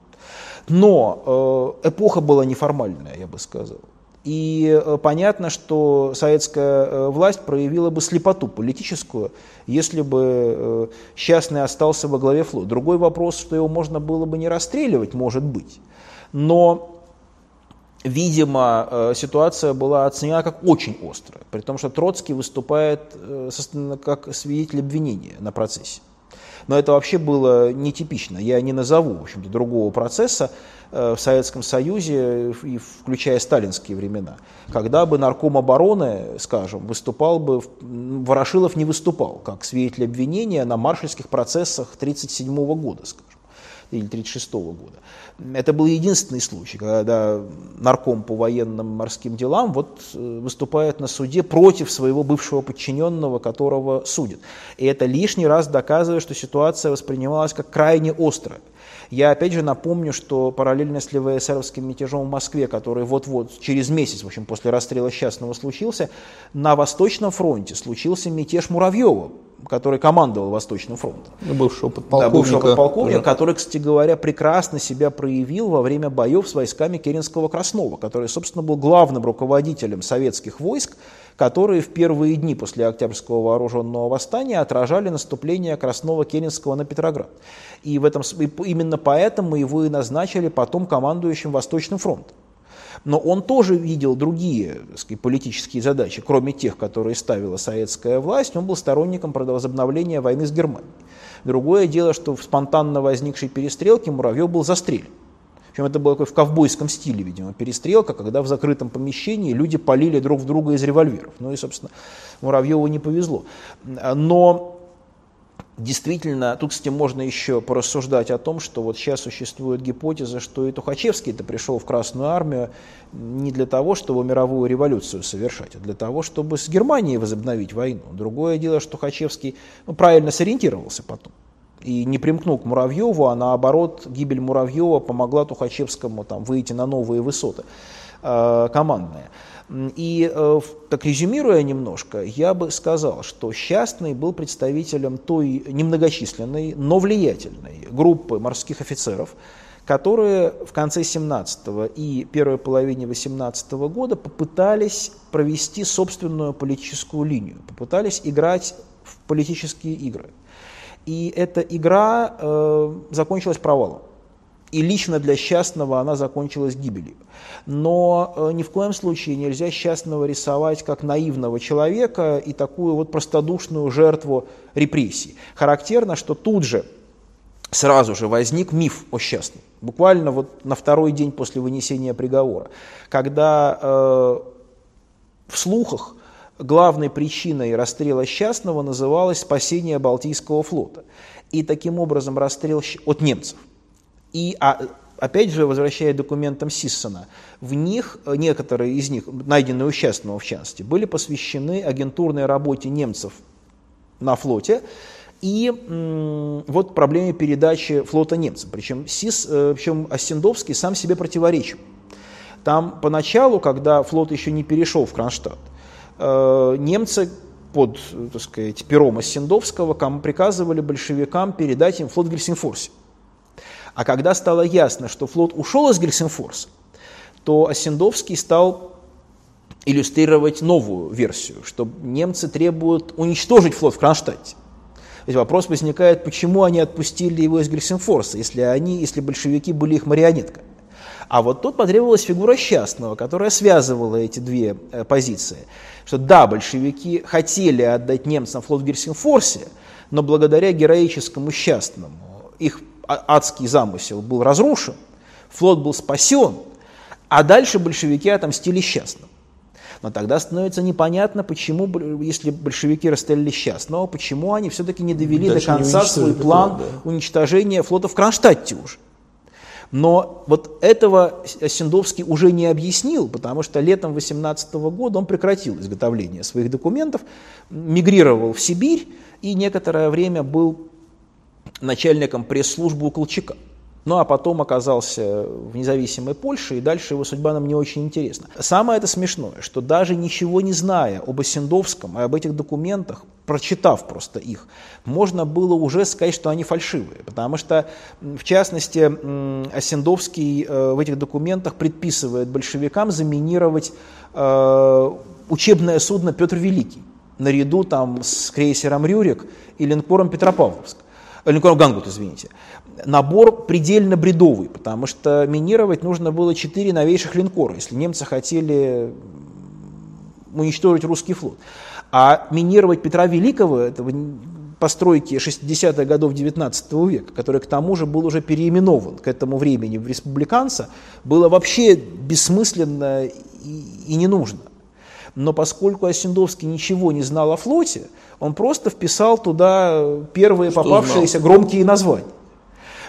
Но э, эпоха была неформальная, я бы сказал. И э, понятно, что советская э, власть проявила бы слепоту политическую, если бы э, Счастный остался во главе флота. Другой вопрос, что его можно было бы не расстреливать, может быть. Но, видимо, э, ситуация была оценена как очень острая, при том, что Троцкий выступает э, как свидетель обвинения на процессе. Но это вообще было нетипично. Я не назову, в общем-то, другого процесса в Советском Союзе, включая сталинские времена, когда бы нарком обороны, скажем, выступал бы, Ворошилов не выступал как свидетель обвинения на маршальских процессах тысяча девятьсот тридцать седьмого года, скажем. или тридцать шестого года. Это был единственный случай, когда нарком по военным морским делам вот выступает на суде против своего бывшего подчиненного, которого судят. И это лишний раз доказывает, что ситуация воспринималась как крайне острая. Я опять же напомню, что параллельно с левоэсеровским мятежом в Москве, который вот-вот через месяц, в общем, после расстрела Счастного случился, на Восточном фронте случился мятеж Муравьева, который командовал Восточным фронтом. Бывшего подполковника. Да, бывшего подполковника, который, кстати говоря, прекрасно себя проявил во время боев с войсками Керенского-Краснова, который, собственно, был главным руководителем советских войск, которые в первые дни после Октябрьского вооруженного восстания отражали наступление Краснова-Керенского на Петроград. И в этом, именно поэтому его и назначили потом командующим Восточным фронтом. Но он тоже видел другие, так сказать, политические задачи, кроме тех, которые ставила советская власть. Он был сторонником возобновления войны с Германией. Другое дело, что в спонтанно возникшей перестрелке Муравьев был застрелен. Причем это было такое в ковбойском стиле, видимо, перестрелка, когда в закрытом помещении люди палили друг в друга из револьверов. Ну и, собственно, Муравьеву не повезло. Но действительно, тут, кстати, можно еще порассуждать о том, что вот сейчас существует гипотеза, что и Тухачевский-то пришел в Красную армию не для того, чтобы мировую революцию совершать, а для того, чтобы с Германией возобновить войну. Другое дело, что Тухачевский ну, правильно сориентировался потом и не примкнул к Муравьеву, а наоборот, гибель Муравьева помогла Тухачевскому там, выйти на новые высоты э, командные. И, э, так резюмируя немножко, я бы сказал, что Счастный был представителем той немногочисленной, но влиятельной группы морских офицеров, которые в конце семнадцатого и первой половине восемнадцатого года попытались провести собственную политическую линию, попытались играть в политические игры. И эта игра э, закончилась провалом. И лично для Счастного она закончилась гибелью. Но э, ни в коем случае нельзя Счастного рисовать как наивного человека и такую вот простодушную жертву репрессий. Характерно, что тут же, сразу же возник миф о Счастном. Буквально вот на второй день после вынесения приговора. Когда э, в слухах главной причиной расстрела Счастного называлось спасение Балтийского флота. И таким образом расстрел от немцев. И а, опять же, возвращая документам Сиссона, в них, некоторые из них, найденные у Счастного в частности, были посвящены агентурной работе немцев на флоте и м, вот проблеме передачи флота немцам. Причем, Сис, э, причем Оссендовский сам себе противоречил. Там поначалу, когда флот еще не перешел в Кронштадт, немцы под, так сказать, пером Оссендовского приказывали большевикам передать им флот в Гельсингфорсе. А когда стало ясно, что флот ушел из Гельсингфорса, то Оссендовский стал иллюстрировать новую версию, что немцы требуют уничтожить флот в Кронштадте. То есть вопрос возникает, почему они отпустили его из Гельсингфорса, если, они, если большевики были их марионетками. А вот тут потребовалась фигура Счастного, которая связывала эти две э, позиции. Что да, большевики хотели отдать немцам флот в Гельсингфорсе, но благодаря героическому Счастному их адский замысел был разрушен, флот был спасен, а дальше большевики отомстили Счастному. Но тогда становится непонятно, почему, если большевики расстреляли Счастного, почему они все-таки не довели дальше до конца свой план флот, да. уничтожения флота в Кронштадте уже. Но вот этого Оссендовский уже не объяснил, потому что летом восемнадцатого года он прекратил изготовление своих документов, мигрировал в Сибирь и некоторое время был начальником пресс-службы у Колчака. Ну а потом оказался в независимой Польше, и дальше его судьба нам не очень интересна. Самое это смешное, что даже ничего не зная об Оссендовском и об этих документах, прочитав просто их, можно было уже сказать, что они фальшивые. Потому что, в частности, Оссендовский в этих документах предписывает большевикам заминировать учебное судно «Петр Великий» наряду там, с крейсером «Рюрик» и линкором «Петропавловск». Линкором «Гангут», извините. Набор предельно бредовый, потому что минировать нужно было четыре новейших линкора, если немцы хотели уничтожить русский флот. А минировать Петра Великого, этого постройки шестидесятых годов девятнадцатого века, который к тому же был уже переименован к этому времени в республиканца, было вообще бессмысленно и, и не нужно. Но поскольку Оссендовский ничего не знал о флоте, он просто вписал туда первые Что попавшиеся знал? громкие названия.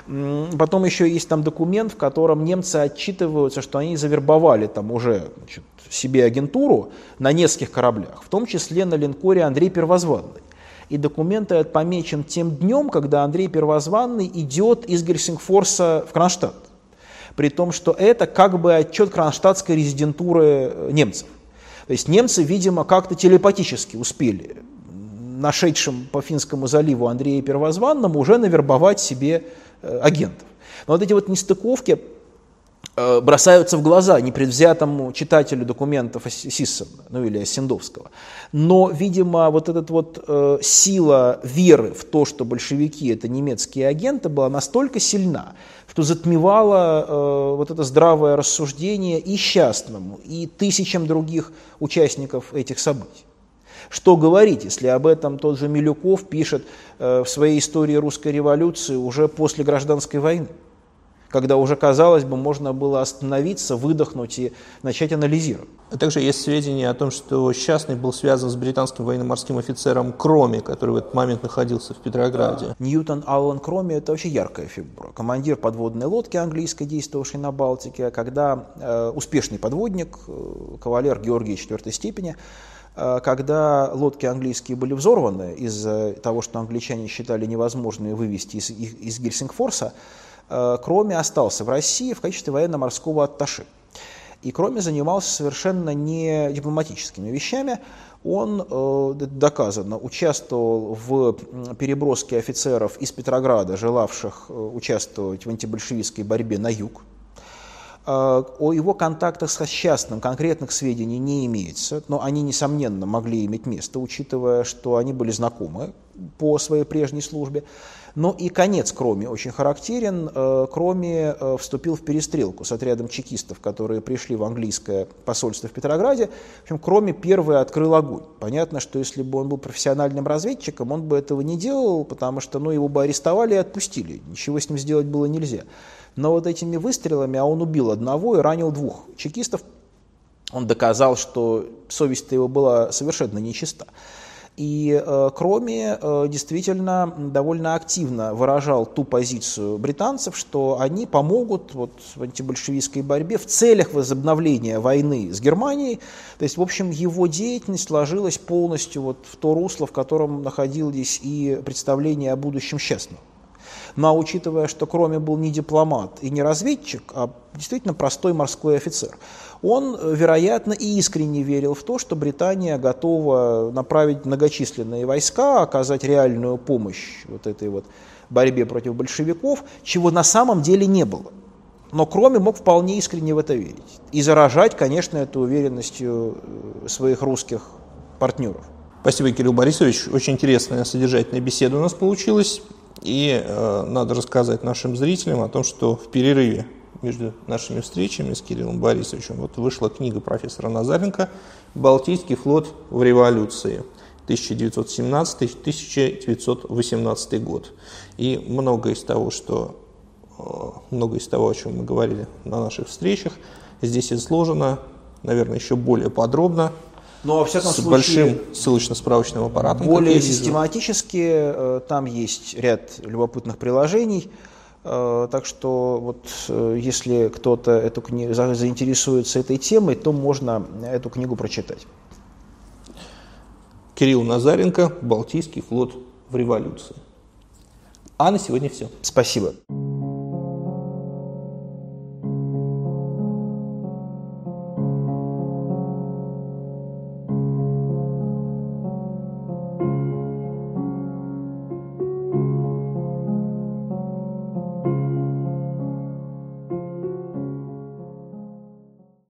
Потом еще есть там документ, в котором немцы отчитываются, что они завербовали там уже, значит, себе агентуру на нескольких кораблях, в том числе на линкоре Андрей Первозванный. И документ этот помечен тем днем, когда Андрей Первозванный идет из Гельсингфорса в Кронштадт. При том, что это как бы отчет кронштадтской резидентуры немцев. То есть немцы, видимо, как-то телепатически успели нашедшим по Финскому заливу Андрею Первозванному уже навербовать себе э, агентов. Но вот эти вот нестыковки э, бросаются в глаза непредвзятому читателю документов Сиссена, ну или Осендовского. Но, видимо, вот эта вот э, сила веры в то, что большевики — это немецкие агенты, была настолько сильна, что затмевала э, вот это здравое рассуждение и Счастному, и тысячам других участников этих событий. Что говорить, если об этом тот же Милюков пишет э, в своей истории русской революции уже после гражданской войны, когда уже, казалось бы, можно было остановиться, выдохнуть и начать анализировать. А также есть сведения о том, что Счастный был связан с британским военно-морским офицером Кроми, который в этот момент находился в Петрограде. Ньютон Аллен Кроми — это вообще яркая фигура. Командир подводной лодки английской, действовавшей на Балтике, когда э, успешный подводник, э, кавалер Георгия четвертой степени, когда лодки английские были взорваны из-за того, что англичане считали невозможным вывести из, из Гельсингфорса, Кроми остался в России в качестве военно-морского атташе. И Кроми занимался совершенно не дипломатическими вещами. Он, доказано, участвовал в переброске офицеров из Петрограда, желавших участвовать в антибольшевистской борьбе, на юг. О его контактах с Счастным конкретных сведений не имеется, но они, несомненно, могли иметь место, учитывая, что они были знакомы по своей прежней службе. Но и конец Кроми очень характерен. Кроми вступил в перестрелку с отрядом чекистов, которые пришли в английское посольство в Петрограде. В общем, Кроми первый открыл огонь. Понятно, что если бы он был профессиональным разведчиком, он бы этого не делал, потому что ну, его бы арестовали и отпустили. Ничего с ним сделать было нельзя. Но вот этими выстрелами, а он убил одного и ранил двух чекистов, он доказал, что совесть-то его была совершенно нечиста. И э, Кроми э, действительно довольно активно выражал ту позицию британцев, что они помогут вот, в антибольшевистской борьбе в целях возобновления войны с Германией. То есть, в общем, его деятельность сложилась полностью вот в то русло, в котором находились и представления о будущем Счастного. Но учитывая, что Кроми был не дипломат и не разведчик, а действительно простой морской офицер, он, вероятно, и искренне верил в то, что Британия готова направить многочисленные войска, оказать реальную помощь вот этой вот борьбе против большевиков, чего на самом деле не было. Но Кроми мог вполне искренне в это верить. И заражать, конечно, эту уверенностью своих русских партнеров. Спасибо, Кирилл Борисович. Очень интересная, содержательная беседа у нас получилась. И э, надо рассказать нашим зрителям о том, что в перерыве между нашими встречами с Кириллом Борисовичем вот вышла книга профессора Назаренко «Балтийский флот в революции. тысяча девятьсот семнадцатый — тысяча девятьсот восемнадцатый год». И много из того, что, э, много из того, о чем мы говорили на наших встречах, здесь изложено, наверное, еще более подробно. Но, во всяком с случае, большим ссылочно-справочным аппаратом. Более систематически, там есть ряд любопытных приложений, так что вот если кто-то эту книгу заинтересуется этой темой, то можно эту книгу прочитать. Кирилл Назаренко, «Балтийский флот в революции». А на сегодня все. Спасибо.